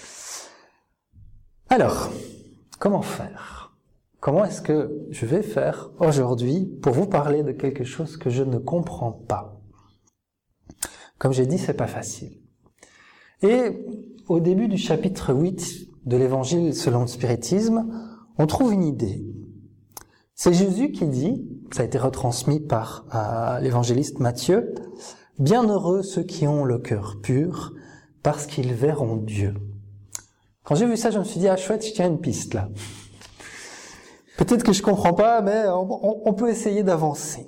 Alors, comment faire ? Comment est-ce que je vais faire aujourd'hui pour vous parler de quelque chose que je ne comprends pas ? Comme j'ai dit, c'est pas facile. Et au début du chapitre huit de l'Évangile selon le spiritisme, on trouve une idée. C'est Jésus qui dit, ça a été retransmis par euh, l'évangéliste Matthieu, « Bienheureux ceux qui ont le cœur pur, parce qu'ils verront Dieu. » Quand j'ai vu ça, je me suis dit, ah chouette, je tiens une piste là. Peut-être que je comprends pas, mais on, on peut essayer d'avancer.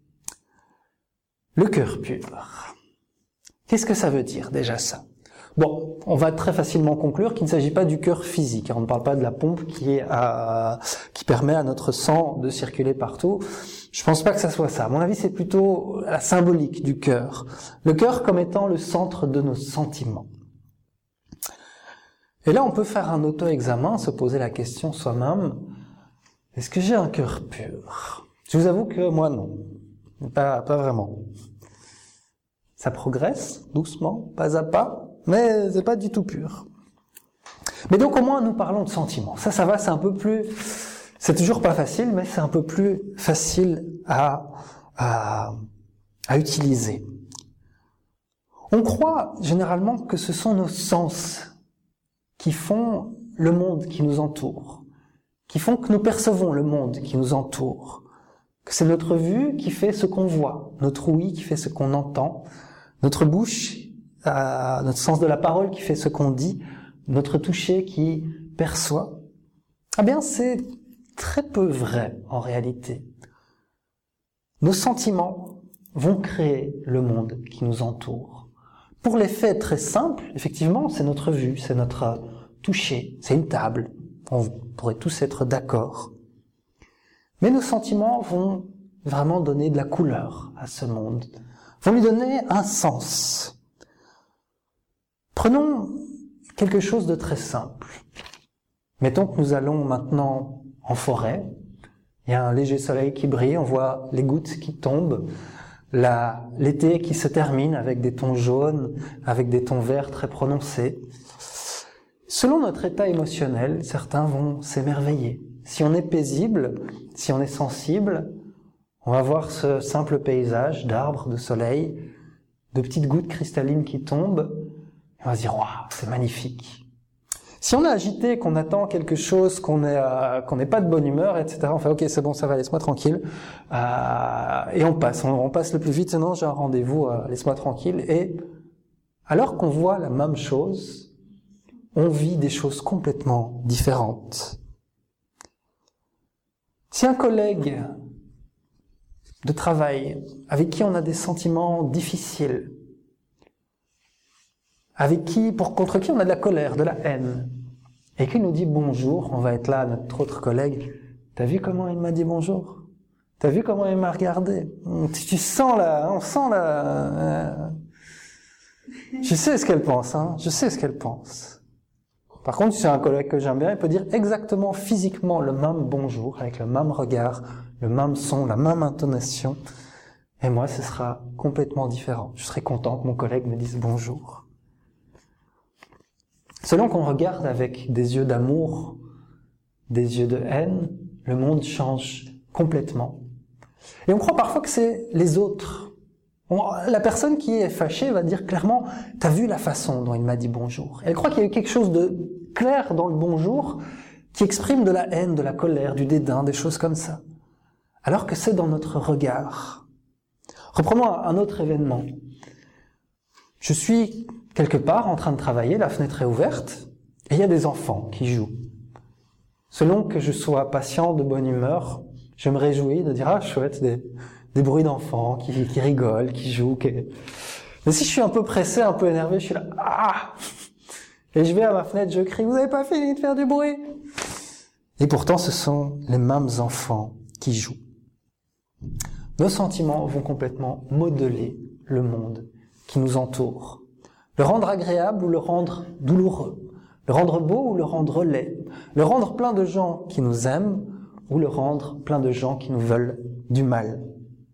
Le cœur pur. Qu'est-ce que ça veut dire déjà ça ? Bon, on va très facilement conclure qu'il ne s'agit pas du cœur physique. On ne parle pas de la pompe qui est à, qui permet à notre sang de circuler partout. Je pense pas que ça soit ça. À mon avis, c'est plutôt la symbolique du cœur. Le cœur comme étant le centre de nos sentiments. Et là, on peut faire un auto-examen, se poser la question soi-même, est-ce que j'ai un cœur pur ? Je vous avoue que moi, non. Pas, pas vraiment. Ça progresse, doucement, pas à pas, mais c'est pas du tout pur. Mais donc, au moins, nous parlons de sentiments. Ça, ça va, c'est un peu plus... C'est toujours pas facile, mais c'est un peu plus facile à, à, à utiliser. On croit généralement que ce sont nos sens qui font le monde qui nous entoure, qui font que nous percevons le monde qui nous entoure, que c'est notre vue qui fait ce qu'on voit, notre ouïe qui fait ce qu'on entend, notre bouche, euh, notre sens de la parole qui fait ce qu'on dit, notre toucher qui perçoit. Eh bien, c'est très peu vrai en réalité. Nos sentiments vont créer le monde qui nous entoure. Pour les faits très simples, effectivement, c'est notre vue, c'est notre toucher, c'est une table. On pourrait tous être d'accord. Mais nos sentiments vont vraiment donner de la couleur à ce monde, vont lui donner un sens. Prenons quelque chose de très simple. Mettons que nous allons maintenant en forêt. Il y a un léger soleil qui brille, on voit les gouttes qui tombent, la, l'été qui se termine avec des tons jaunes, avec des tons verts très prononcés. Selon notre état émotionnel, certains vont s'émerveiller. Si on est paisible, si on est sensible, on va voir ce simple paysage d'arbres, de soleil, de petites gouttes cristallines qui tombent, et on va se dire « Waouh, c'est magnifique !» Si on est agité, qu'on attend quelque chose, qu'on est, euh, qu'on n'est pas de bonne humeur, et cetera, on fait « Ok, c'est bon, ça va, laisse-moi tranquille. Euh, » Et on passe, on, on passe le plus vite, sinon j'ai un rendez-vous, euh, laisse-moi tranquille. Et alors qu'on voit la même chose, on vit des choses complètement différentes. Si un collègue de travail avec qui on a des sentiments difficiles, avec qui, pour contre qui on a de la colère, de la haine, et qui nous dit bonjour, on va être là, notre autre collègue, t'as vu comment il m'a dit bonjour? T'as vu comment il m'a regardé? Tu sens là, on sent là. Je sais ce qu'elle pense, hein, je sais ce qu'elle pense. Par contre, si c'est un collègue que j'aime bien, il peut dire exactement physiquement le même bonjour, avec le même regard, le même son, la même intonation. Et moi, ce sera complètement différent. Je serai content que mon collègue me dise bonjour. Selon qu'on regarde avec des yeux d'amour, des yeux de haine, le monde change complètement. Et on croit parfois que c'est les autres. On, la personne qui est fâchée va dire clairement « T'as vu la façon dont il m'a dit bonjour ?» Elle croit qu'il y a eu quelque chose de clair dans le bonjour qui exprime de la haine, de la colère, du dédain, des choses comme ça. Alors que c'est dans notre regard. Reprenons un autre événement. Je suis quelque part en train de travailler, la fenêtre est ouverte, et il y a des enfants qui jouent. Selon que je sois patient, de bonne humeur, je me réjouis de dire « Ah, chouette, des, des bruits d'enfants qui, qui rigolent, qui jouent. Qui... » Mais si je suis un peu pressé, un peu énervé, je suis là « Ah !» Et je vais à ma fenêtre, je crie « Vous n'avez pas fini de faire du bruit ?» Et pourtant, ce sont les mêmes enfants qui jouent. Nos sentiments vont complètement modeler le monde qui nous entoure. Le rendre agréable ou le rendre douloureux. Le rendre beau ou le rendre laid. Le rendre plein de gens qui nous aiment ou le rendre plein de gens qui nous veulent du mal.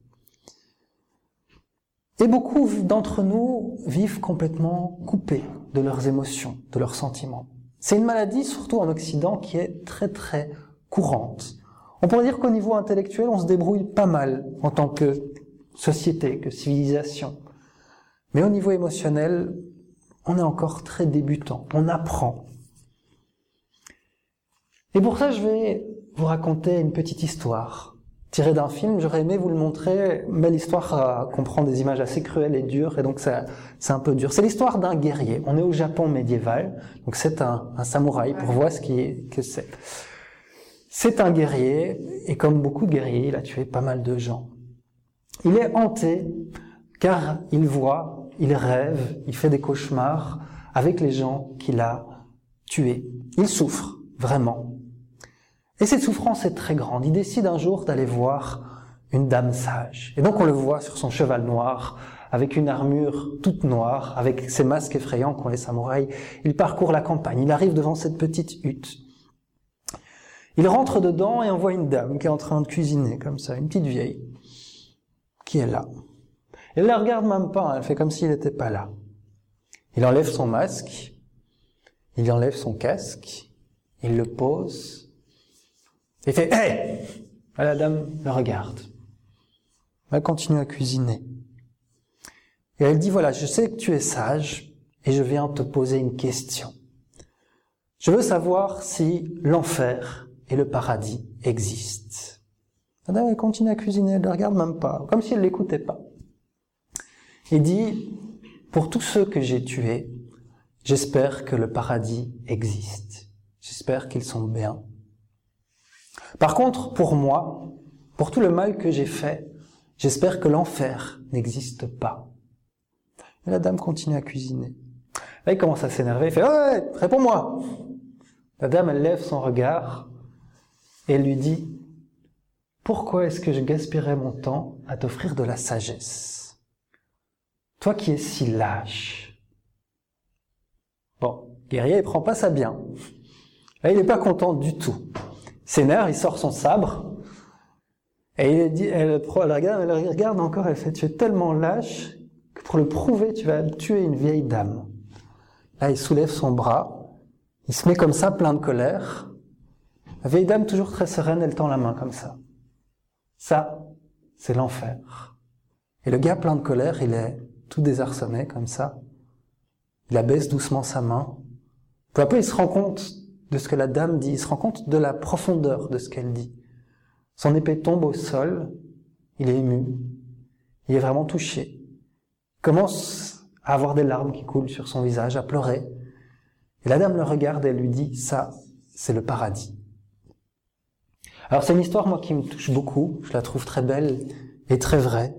Et beaucoup d'entre nous vivent complètement coupés de leurs émotions, de leurs sentiments. C'est une maladie, surtout en Occident, qui est très très courante. On pourrait dire qu'au niveau intellectuel, on se débrouille pas mal en tant que société, que civilisation. Mais au niveau émotionnel, on est encore très débutant, on apprend. Et pour ça, je vais vous raconter une petite histoire. Tirée d'un film, j'aurais aimé vous le montrer, mais l'histoire euh, comprend des images assez cruelles et dures, et donc ça, c'est un peu dur. C'est l'histoire d'un guerrier. On est au Japon médiéval, donc c'est un, un samouraï, pour voir ce qui est, que c'est. C'est un guerrier, et comme beaucoup de guerriers, il a tué pas mal de gens. Il est hanté, car il voit, il rêve, il fait des cauchemars avec les gens qu'il a tués. Il souffre, vraiment. Et cette souffrance est très grande. Il décide un jour d'aller voir une dame sage. Et donc on le voit sur son cheval noir, avec une armure toute noire, avec ses masques effrayants qu'ont les samouraïs. Il parcourt la campagne, il arrive devant cette petite hutte. Il rentre dedans et on voit une dame qui est en train de cuisiner, comme ça, une petite vieille, qui est là. Elle ne la regarde même pas, elle fait comme s'il n'était pas là. Il enlève son masque, il enlève son casque, il le pose, il fait « Hey !» La dame le regarde. Elle continue à cuisiner. Et elle dit, voilà, je sais que tu es sage et je viens te poser une question. Je veux savoir si l'enfer et le paradis existent. Adam, elle continue à cuisiner, elle ne le regarde même pas, comme si elle ne l'écoutait pas. Il dit, pour tous ceux que j'ai tués, j'espère que le paradis existe. J'espère qu'ils sont bien. Par contre, pour moi, pour tout le mal que j'ai fait, j'espère que l'enfer n'existe pas. Et la dame continue à cuisiner. Là, il commence à s'énerver, il fait « Ouais, réponds-moi !» La dame, elle lève son regard et elle lui dit « Pourquoi est-ce que je gaspillerais mon temps à t'offrir de la sagesse? Toi qui es si lâche. » Bon, guerrier, il prend pas ça bien. Là, il n'est pas content du tout. Il s'énerve, il sort son sabre et il dit, elle, elle, regarde, elle regarde encore, elle fait « Tu es tellement lâche que pour le prouver, tu vas tuer une vieille dame. » Là, il soulève son bras. Il se met comme ça, plein de colère. La vieille dame, toujours très sereine, elle tend la main comme ça. Ça, c'est l'enfer. Et le gars, plein de colère, il est tout désarçonné, comme ça. Il abaisse doucement sa main. Peu à peu, il se rend compte de ce que la dame dit. Il se rend compte de la profondeur de ce qu'elle dit. Son épée tombe au sol. Il est ému. Il est vraiment touché. Il commence à avoir des larmes qui coulent sur son visage, à pleurer. Et la dame le regarde et elle lui dit, ça, c'est le paradis. Alors c'est une histoire, moi, qui me touche beaucoup. Je la trouve très belle et très vraie.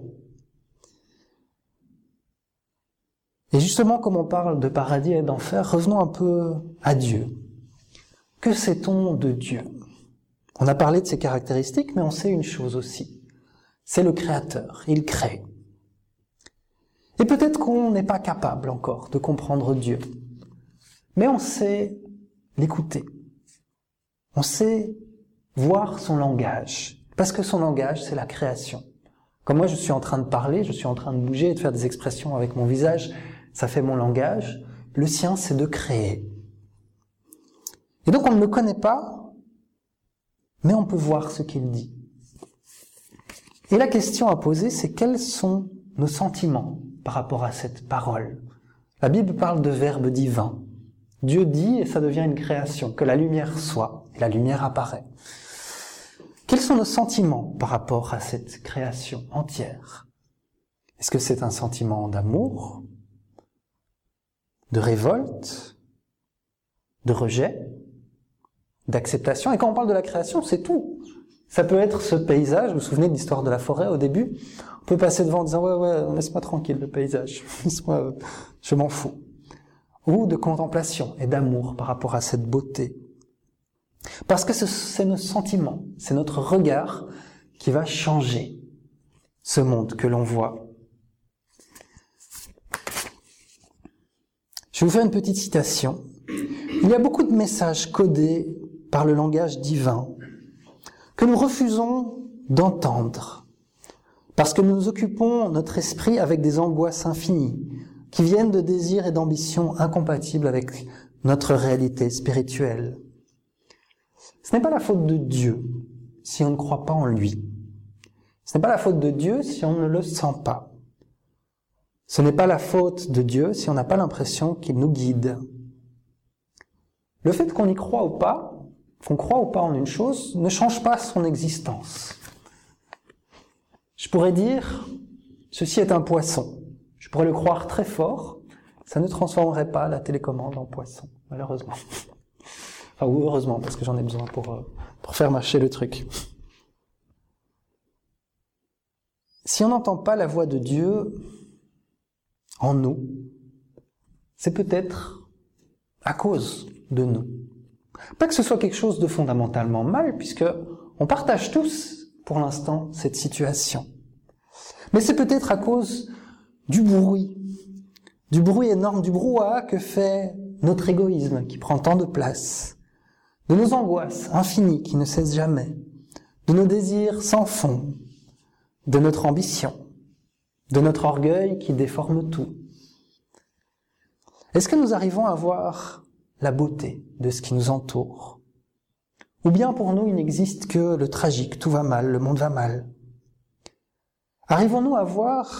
Et justement, comme on parle de paradis et d'enfer, revenons un peu à Dieu. Que sait-on de Dieu? On a parlé de ses caractéristiques, mais on sait une chose aussi. C'est le Créateur. Il crée. Et peut-être qu'on n'est pas capable encore de comprendre Dieu. Mais on sait l'écouter. On sait voir son langage. Parce que son langage, c'est la création. Comme moi, je suis en train de parler, je suis en train de bouger et de faire des expressions avec mon visage, ça fait mon langage. Le sien, c'est de créer. Et donc, on ne le connaît pas, mais on peut voir ce qu'il dit. Et la question à poser, c'est quels sont nos sentiments par rapport à cette parole? La Bible parle de verbe divin. Dieu dit et ça devient une création, que la lumière soit, et la lumière apparaît. Quels sont nos sentiments par rapport à cette création entière? Est-ce que c'est un sentiment d'amour, de révolte, de rejet, d'acceptation? Et quand on parle de la création, c'est tout. Ça peut être ce paysage, vous vous souvenez de l'histoire de la forêt au début? On peut passer devant en disant « Ouais, ouais, laisse-moi tranquille le paysage, laisse-moi, je m'en fous. » Ou de contemplation et d'amour par rapport à cette beauté. Parce que c'est nos sentiments, c'est notre regard qui va changer ce monde que l'on voit. Je vais vous faire une petite citation. Il y a beaucoup de messages codés par le langage divin que nous refusons d'entendre parce que nous occupons notre esprit avec des angoisses infinies qui viennent de désirs et d'ambitions incompatibles avec notre réalité spirituelle. Ce n'est pas la faute de Dieu si on ne croit pas en lui. Ce n'est pas la faute de Dieu si on ne le sent pas. Ce n'est pas la faute de Dieu si on n'a pas l'impression qu'il nous guide. Le fait qu'on y croit ou pas, qu'on croit ou pas en une chose, ne change pas son existence. Je pourrais dire, ceci est un poisson. Je pourrais le croire très fort, ça ne transformerait pas la télécommande en poisson, malheureusement. Enfin, ou heureusement, parce que j'en ai besoin pour, euh, pour faire marcher le truc. Si on n'entend pas la voix de Dieu en nous, c'est peut-être à cause de nous. Pas que ce soit quelque chose de fondamentalement mal, puisque on partage tous, pour l'instant, cette situation. Mais c'est peut-être à cause du bruit, du bruit énorme, du brouhaha que fait notre égoïsme qui prend tant de place, de nos angoisses infinies qui ne cessent jamais, de nos désirs sans fond, de notre ambition, de notre orgueil qui déforme tout. Est-ce que nous arrivons à voir la beauté de ce qui nous entoure? Ou bien pour nous il n'existe que le tragique, tout va mal, le monde va mal? Arrivons-nous à voir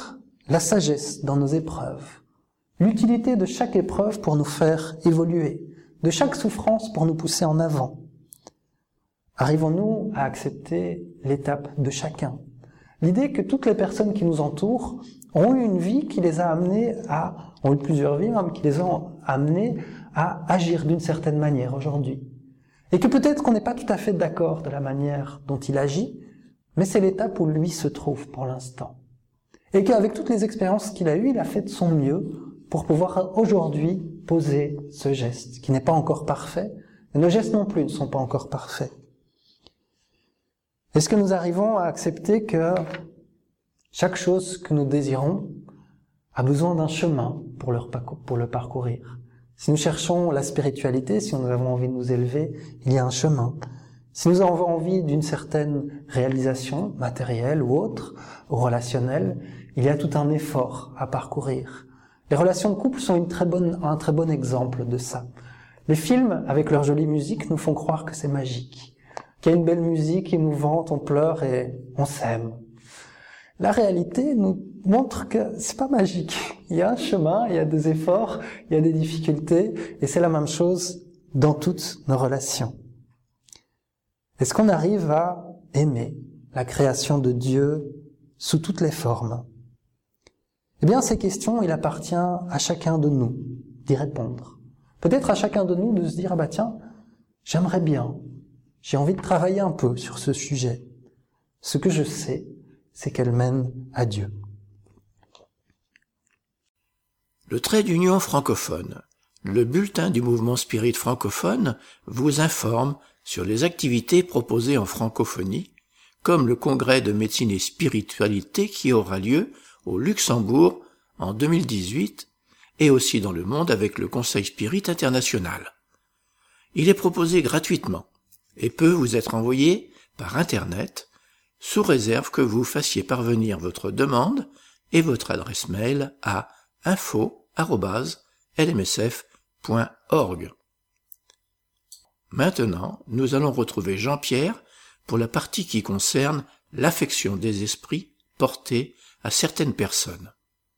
la sagesse dans nos épreuves, l'utilité de chaque épreuve pour nous faire évoluer, de chaque souffrance pour nous pousser en avant. Arrivons-nous à accepter l'étape de chacun? L'idée que toutes les personnes qui nous entourent ont eu une vie qui les a amenés à, ont eu plusieurs vies même, qui les ont amenés à agir d'une certaine manière aujourd'hui. Et que peut-être qu'on n'est pas tout à fait d'accord de la manière dont il agit, mais c'est l'étape où lui se trouve pour l'instant. Et qu'avec toutes les expériences qu'il a eues, il a fait de son mieux pour pouvoir aujourd'hui poser ce geste, qui n'est pas encore parfait, mais nos gestes non plus ne sont pas encore parfaits. Est-ce que nous arrivons à accepter que chaque chose que nous désirons a besoin d'un chemin pour le, pour le parcourir? Si nous cherchons la spiritualité, si nous avons envie de nous élever, il y a un chemin. Si nous avons envie d'une certaine réalisation matérielle ou autre, ou relationnelle, il y a tout un effort à parcourir. Les relations de couple sont une très bonne, un très bon exemple de ça. Les films, avec leur jolie musique, nous font croire que c'est magique, qu'il y a une belle musique émouvante, on pleure et on s'aime. La réalité nous montre que c'est pas magique. Il y a un chemin, il y a des efforts, il y a des difficultés, et c'est la même chose dans toutes nos relations. Est-ce qu'on arrive à aimer la création de Dieu sous toutes les formes? Eh bien, ces questions, il appartient à chacun de nous d'y répondre. Peut-être à chacun de nous de se dire, ah bah tiens, j'aimerais bien, j'ai envie de travailler un peu sur ce sujet. Ce que je sais, c'est qu'elle mène à Dieu. Le trait d'union francophone, le bulletin du mouvement spirit francophone, vous informe sur les activités proposées en francophonie, comme le congrès de médecine et spiritualité qui aura lieu au Luxembourg en deux mille dix-huit et aussi dans le monde avec le Conseil Spirit International. Il est proposé gratuitement et peut vous être envoyé par Internet sous réserve que vous fassiez parvenir votre demande et votre adresse mail à info arobase l m s f point org. Maintenant, nous allons retrouver Jean-Pierre pour la partie qui concerne l'affection des esprits portés à certaines personnes.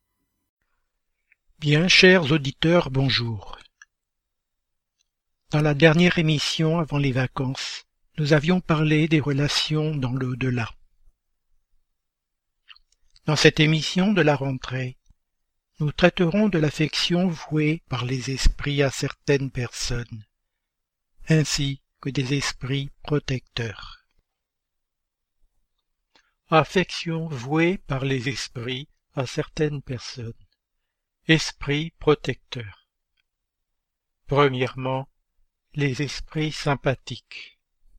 Bien, chers auditeurs, bonjour. Dans la dernière émission avant les vacances, nous avions parlé des relations dans le au-delà. Dans cette émission de la rentrée, nous traiterons de l'affection vouée par les esprits à certaines personnes, ainsi que des esprits protecteurs. Affection vouée par les esprits à certaines personnes. Esprits protecteurs. Premièrement, les esprits sympathiques.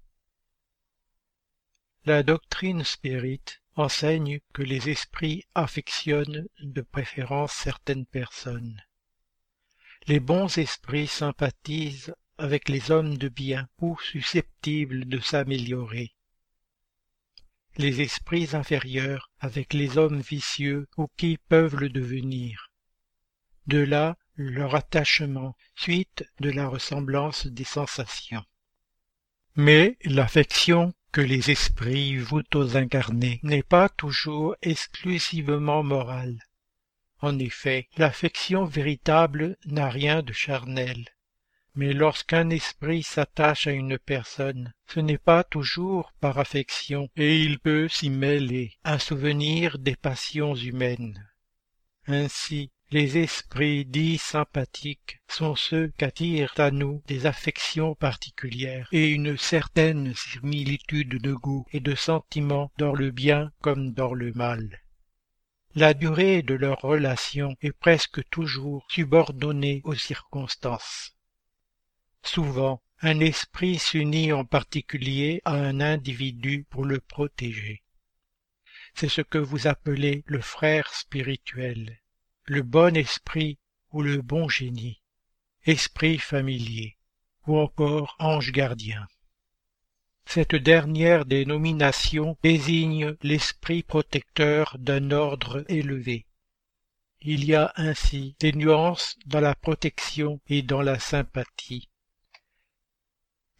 La doctrine spirit enseigne que les esprits affectionnent de préférence certaines personnes. Les bons esprits sympathisent avec les hommes de bien ou susceptibles de s'améliorer. Les esprits inférieurs avec les hommes vicieux ou qui peuvent le devenir. De là leur attachement, suite de la ressemblance des sensations. Mais l'affection que les esprits vouent aux incarnés n'est pas toujours exclusivement morale. En effet, l'affection véritable n'a rien de charnel. Mais lorsqu'un esprit s'attache à une personne, ce n'est pas toujours par affection, et il peut s'y mêler un souvenir des passions humaines. Ainsi, les esprits dits sympathiques sont ceux qu'attirent à nous des affections particulières et une certaine similitude de goût et de sentiments dans le bien comme dans le mal. La durée de leur relation est presque toujours subordonnée aux circonstances. Souvent, un esprit s'unit en particulier à un individu pour le protéger. C'est ce que vous appelez le frère spirituel, le bon esprit ou le bon génie, esprit familier, ou encore ange gardien. Cette dernière dénomination désigne l'esprit protecteur d'un ordre élevé. Il y a ainsi des nuances dans la protection et dans la sympathie.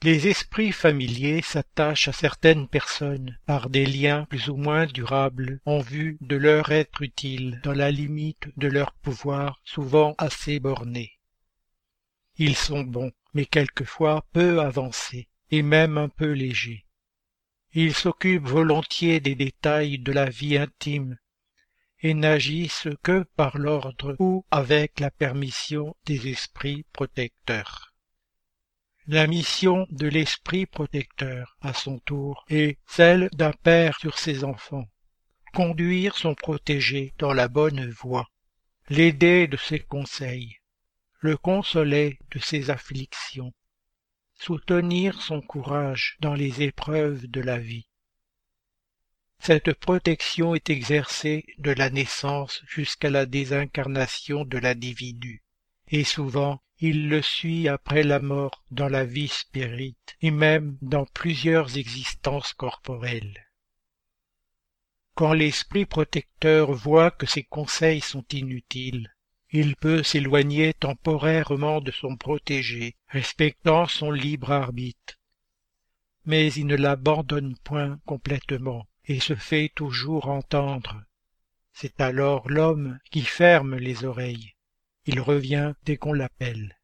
Les esprits familiers s'attachent à certaines personnes par des liens plus ou moins durables en vue de leur être utile dans la limite de leur pouvoir souvent assez borné. Ils sont bons, mais quelquefois peu avancés et même un peu légers. Ils s'occupent volontiers des détails de la vie intime et n'agissent que par l'ordre ou avec la permission des esprits protecteurs. La mission de l'esprit protecteur, à son tour, est celle d'un père sur ses enfants. Conduire son protégé dans la bonne voie, l'aider de ses conseils, le consoler de ses afflictions, soutenir son courage dans les épreuves de la vie. Cette protection est exercée de la naissance jusqu'à la désincarnation de l'individu, et souvent il le suit après la mort dans la vie spirite et même dans plusieurs existences corporelles. Quand l'esprit protecteur voit que ses conseils sont inutiles, il peut s'éloigner temporairement de son protégé, respectant son libre arbitre. Mais il ne l'abandonne point complètement et se fait toujours entendre. C'est alors l'homme qui ferme les oreilles. Il revient dès qu'on l'appelle.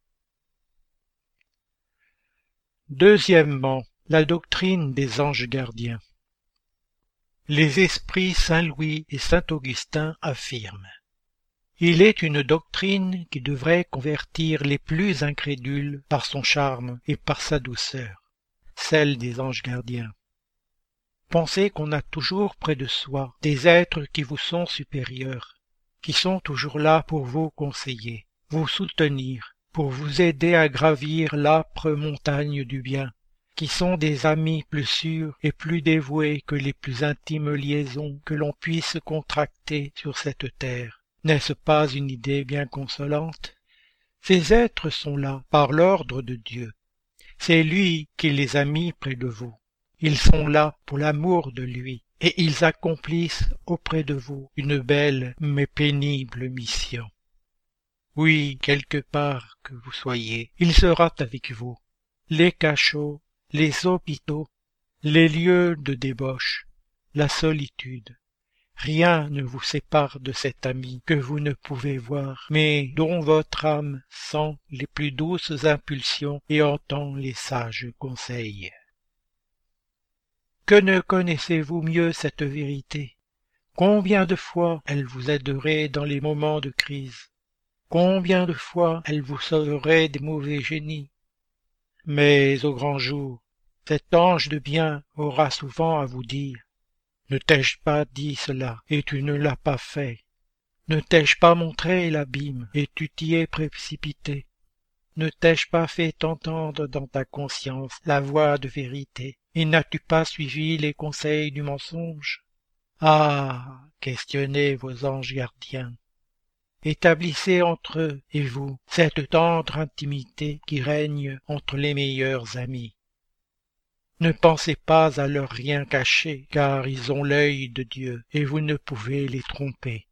Deuxièmement, la doctrine des anges gardiens. Les esprits Saint-Louis et Saint-Augustin affirment: il est une doctrine qui devrait convertir les plus incrédules par son charme et par sa douceur, celle des anges gardiens. Pensez qu'on a toujours près de soi des êtres qui vous sont supérieurs, qui sont toujours là pour vous conseiller, vous soutenir, pour vous aider à gravir l'âpre montagne du bien, qui sont des amis plus sûrs et plus dévoués que les plus intimes liaisons que l'on puisse contracter sur cette terre. N'est-ce pas une idée bien consolante? Ces êtres sont là par l'ordre de Dieu. C'est lui qui les a mis près de vous. Ils sont là pour l'amour de lui, et ils accomplissent auprès de vous une belle mais pénible mission. Oui, quelque part que vous soyez, il sera avec vous. Les cachots, les hôpitaux, les lieux de débauche, la solitude. Rien ne vous sépare de cet ami que vous ne pouvez voir, mais dont votre âme sent les plus douces impulsions et entend les sages conseils. Que ne connaissez-vous mieux cette vérité? Combien de fois elle vous aiderait dans les moments de crise? Combien de fois elle vous sauverait des mauvais génies? Mais au grand jour, cet ange de bien aura souvent à vous dire: ne t'ai-je pas dit cela, et tu ne l'as pas fait? Ne t'ai-je pas montré l'abîme, et tu t'y es précipité? Ne t'ai-je pas fait entendre dans ta conscience la voix de vérité, et n'as-tu pas suivi les conseils du mensonge? Ah, questionnez vos anges gardiens. Établissez entre eux et vous cette tendre intimité qui règne entre les meilleurs amis. Ne pensez pas à leur rien cacher, car ils ont l'œil de Dieu, et vous ne pouvez les tromper.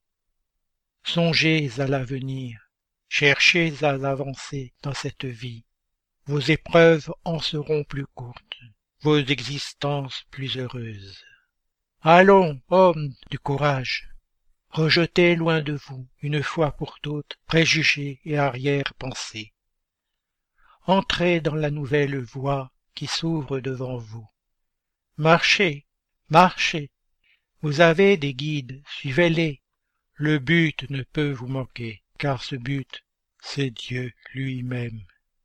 Songez à l'avenir, cherchez à avancer dans cette vie. Vos épreuves en seront plus courtes, vos existences plus heureuses. Allons, hommes du courage, rejetez loin de vous, une fois pour toutes, préjugés et arrière-pensées. Entrez dans la nouvelle voie qui s'ouvre devant vous. Marchez, marchez, vous avez des guides, suivez-les. Le but ne peut vous manquer, car ce but, c'est Dieu lui-même.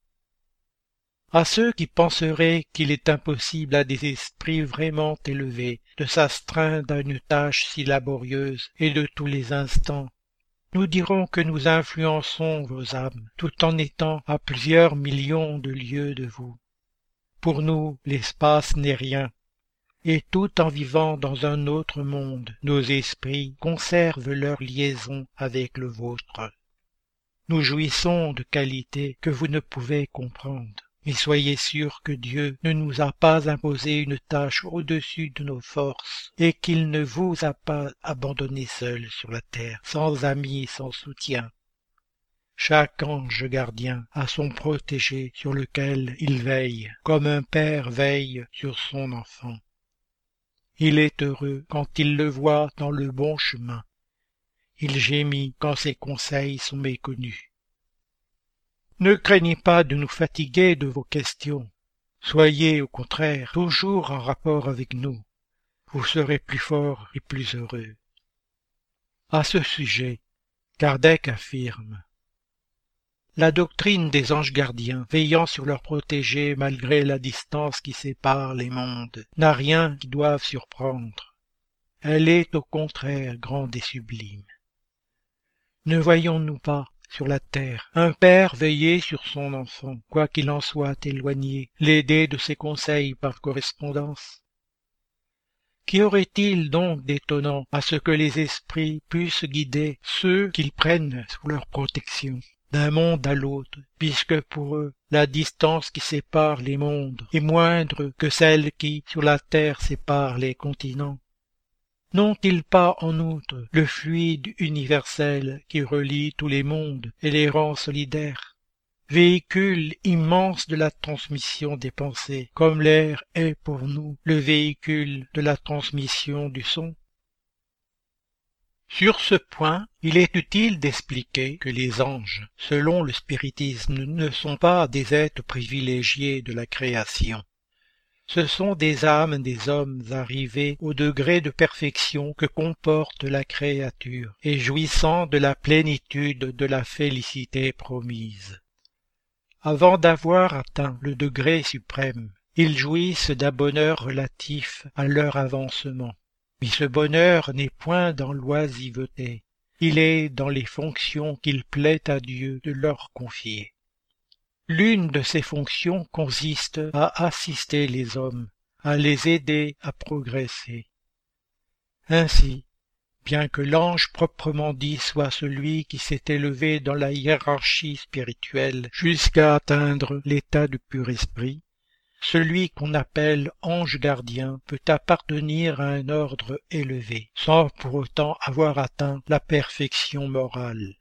À ceux qui penseraient qu'il est impossible à des esprits vraiment élevés de s'astreindre à une tâche si laborieuse et de tous les instants, nous dirons que nous influençons vos âmes, tout en étant à plusieurs millions de lieues de vous. Pour nous, l'espace n'est rien, et tout en vivant dans un autre monde, nos esprits conservent leur liaison avec le vôtre. Nous jouissons de qualités que vous ne pouvez comprendre. Mais soyez sûrs que Dieu ne nous a pas imposé une tâche au-dessus de nos forces, et qu'il ne vous a pas abandonné seul sur la terre, sans amis et sans soutien. Chaque ange gardien a son protégé sur lequel il veille, comme un père veille sur son enfant. Il est heureux quand il le voit dans le bon chemin. Il gémit quand ses conseils sont méconnus. Ne craignez pas de nous fatiguer de vos questions. Soyez, au contraire, toujours en rapport avec nous. Vous serez plus forts et plus heureux. À ce sujet, Kardec affirme: la doctrine des anges gardiens, veillant sur leurs protégés malgré la distance qui sépare les mondes, n'a rien qui doive surprendre. Elle est au contraire grande et sublime. Ne voyons-nous pas, sur la terre, un père veiller sur son enfant, quoi qu'il en soit éloigné, l'aider de ses conseils par correspondance? Qu'y aurait-il donc d'étonnant à ce que les esprits puissent guider ceux qu'ils prennent sous leur protection d'un monde à l'autre, puisque pour eux la distance qui sépare les mondes est moindre que celle qui, sur la terre, sépare les continents? N'ont-ils pas en outre le fluide universel qui relie tous les mondes et les rend solidaires, véhicule immense de la transmission des pensées, comme l'air est pour nous le véhicule de la transmission du son? Sur ce point, il est utile d'expliquer que les anges, selon le spiritisme, ne sont pas des êtres privilégiés de la création. Ce sont des âmes des hommes arrivés au degré de perfection que comporte la créature et jouissant de la plénitude de la félicité promise. Avant d'avoir atteint le degré suprême, ils jouissent d'un bonheur relatif à leur avancement. Mais ce bonheur n'est point dans l'oisiveté, il est dans les fonctions qu'il plaît à Dieu de leur confier. L'une de ces fonctions consiste à assister les hommes, à les aider à progresser. Ainsi, bien que l'ange proprement dit soit celui qui s'est élevé dans la hiérarchie spirituelle jusqu'à atteindre l'état du pur esprit, celui qu'on appelle ange gardien peut appartenir à un ordre élevé, sans pour autant avoir atteint la perfection morale.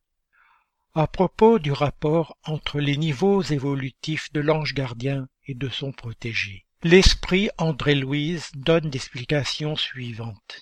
À propos du rapport entre les niveaux évolutifs de l'ange gardien et de son protégé, l'esprit André-Louise donne l'explication suivante.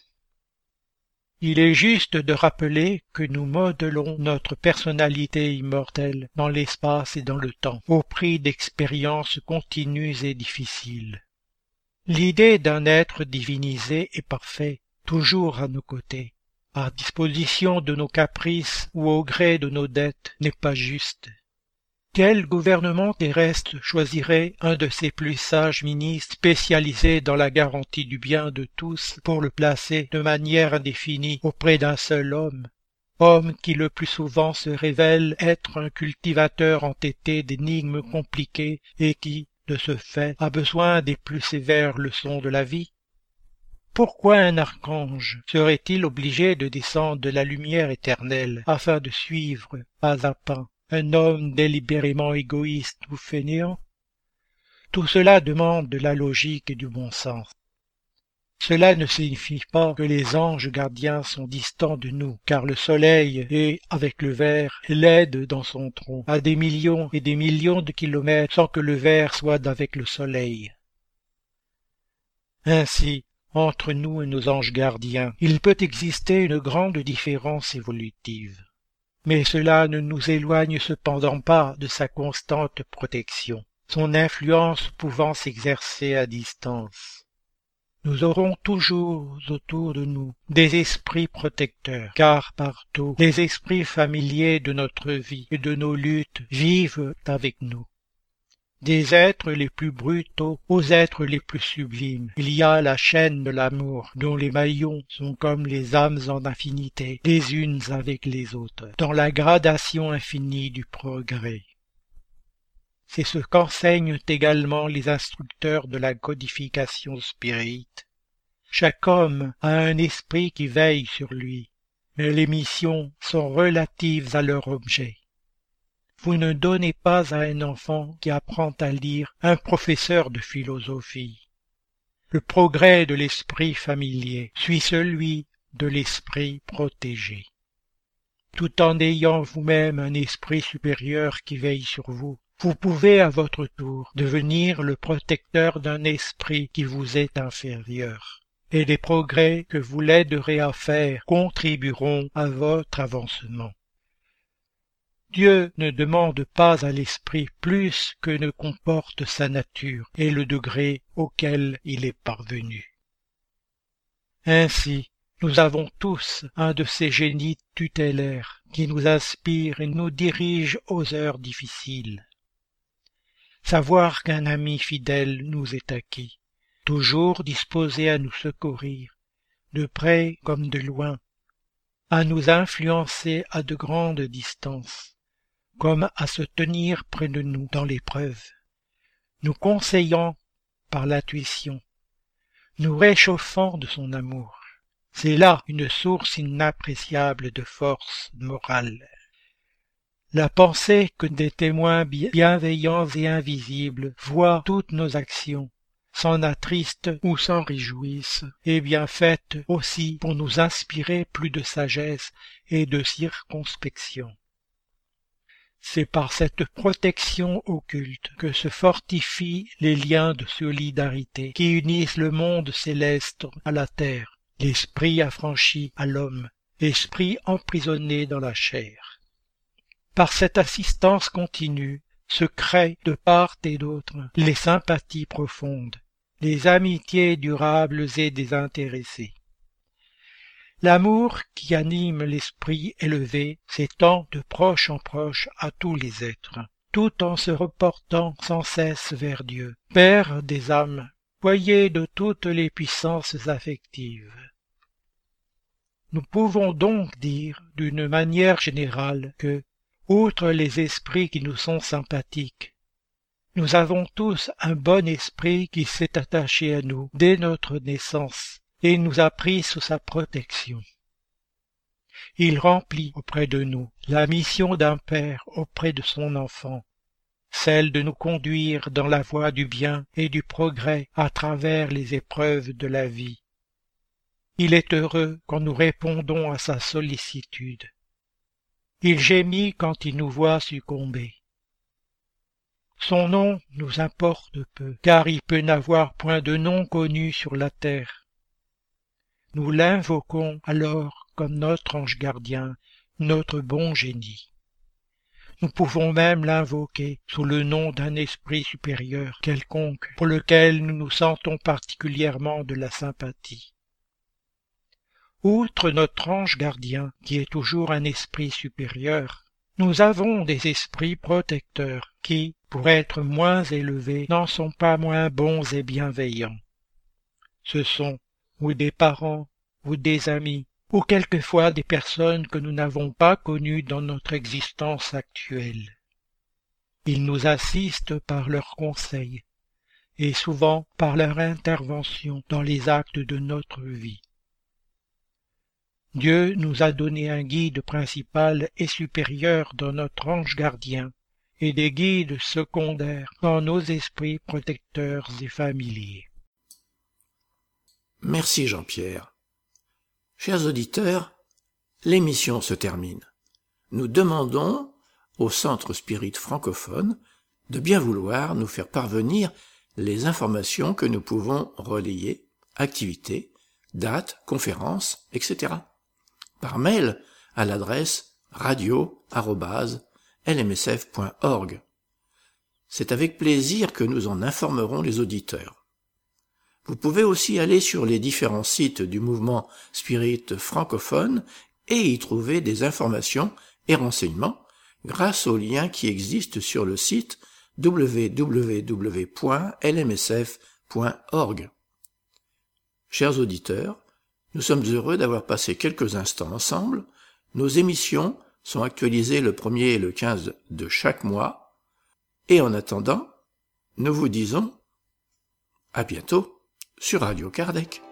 Il est juste de rappeler que nous modelons notre personnalité immortelle dans l'espace et dans le temps, au prix d'expériences continues et difficiles. L'idée d'un être divinisé et parfait, toujours à nos côtés, à disposition de nos caprices ou au gré de nos dettes, n'est pas juste. Quel gouvernement terrestre choisirait un de ses plus sages ministres spécialisés dans la garantie du bien de tous pour le placer de manière indéfinie auprès d'un seul homme, homme qui le plus souvent se révèle être un cultivateur entêté d'énigmes compliquées et qui, de ce fait, a besoin des plus sévères leçons de la vie? Pourquoi un archange serait-il obligé de descendre de la lumière éternelle afin de suivre, pas à pas, un homme délibérément égoïste ou fainéant? Tout cela demande de la logique et du bon sens. Cela ne signifie pas que les anges gardiens sont distants de nous, car le soleil est, avec le ver, l'aide dans son tronc, à des millions et des millions de kilomètres sans que le ver soit avec le soleil. Ainsi, entre nous et nos anges gardiens, il peut exister une grande différence évolutive. Mais cela ne nous éloigne cependant pas de sa constante protection, son influence pouvant s'exercer à distance. Nous aurons toujours autour de nous des esprits protecteurs, car partout les esprits familiers de notre vie et de nos luttes vivent avec nous. Des êtres les plus brutaux aux êtres les plus sublimes, il y a la chaîne de l'amour, dont les maillons sont comme les âmes en infinité, les unes avec les autres, dans la gradation infinie du progrès. C'est ce qu'enseignent également les instructeurs de la codification spirite. Chaque homme a un esprit qui veille sur lui, mais les missions sont relatives à leur objet. Vous ne donnez pas à un enfant qui apprend à lire un professeur de philosophie. Le progrès de l'esprit familier suit celui de l'esprit protégé. tout en ayant vous-même un esprit supérieur qui veille sur vous. Vous pouvez à votre tour devenir le protecteur d'un esprit qui vous est inférieur, et les progrès que vous l'aiderez à faire contribueront à votre avancement. Dieu ne demande pas à l'esprit plus que ne comporte sa nature et le degré auquel il est parvenu. Ainsi, nous avons tous un de ces génies tutélaires qui nous inspire et nous dirige aux heures difficiles. Savoir qu'un ami fidèle nous est acquis, toujours disposé à nous secourir, de près comme de loin, à nous influencer à de grandes distances, comme à se tenir près de nous dans l'épreuve, nous conseillant par l'intuition, nous réchauffant de son amour. C'est là une source inappréciable de force morale. La pensée que des témoins bienveillants et invisibles voient toutes nos actions, s'en attristent ou s'en réjouissent, est bien faite aussi pour nous inspirer plus de sagesse et de circonspection. C'est par cette protection occulte que se fortifient les liens de solidarité qui unissent le monde céleste à la terre, l'esprit affranchi à l'homme, l'esprit emprisonné dans la chair. Par cette assistance continue se créent de part et d'autre les sympathies profondes, les amitiés durables et désintéressées. L'amour qui anime l'esprit élevé s'étend de proche en proche à tous les êtres, tout en se reportant sans cesse vers Dieu, Père des âmes, foyer de toutes les puissances affectives. Nous pouvons donc dire d'une manière générale que, outre les esprits qui nous sont sympathiques, nous avons tous un bon esprit qui s'est attaché à nous dès notre naissance et nous a pris sous sa protection. Il remplit auprès de nous la mission d'un père auprès de son enfant, celle de nous conduire dans la voie du bien et du progrès à travers les épreuves de la vie. Il est heureux quand nous répondons à sa sollicitude. Il gémit quand il nous voit succomber. Son nom nous importe peu, car il peut n'avoir point de nom connu sur la terre. Nous l'invoquons alors comme notre ange gardien, notre bon génie. Nous pouvons même l'invoquer sous le nom d'un esprit supérieur quelconque pour lequel nous nous sentons particulièrement de la sympathie. Outre notre ange gardien, qui est toujours un esprit supérieur, nous avons des esprits protecteurs qui, pour être moins élevés, n'en sont pas moins bons et bienveillants. Ce sont ou des parents, ou des amis, ou quelquefois des personnes que nous n'avons pas connues dans notre existence actuelle. Ils nous assistent par leurs conseils, et souvent par leur intervention dans les actes de notre vie. Dieu nous a donné un guide principal et supérieur dans notre ange gardien, et des guides secondaires dans nos esprits protecteurs et familiers. Merci Jean-Pierre. Chers auditeurs, l'émission se termine. Nous demandons au Centre Spirit francophone de bien vouloir nous faire parvenir les informations que nous pouvons relayer, activités, dates, conférences, et cetera, par mail à l'adresse radio arobase l m s f point org. C'est avec plaisir que nous en informerons les auditeurs. Vous pouvez aussi aller sur les différents sites du mouvement Spirit francophone et y trouver des informations et renseignements grâce aux liens qui existent sur le site w w w point l m s f point org. Chers auditeurs, nous sommes heureux d'avoir passé quelques instants ensemble. Nos émissions sont actualisées le premier et le quinze de chaque mois. Et en attendant, nous vous disons à bientôt sur Radio Kardec.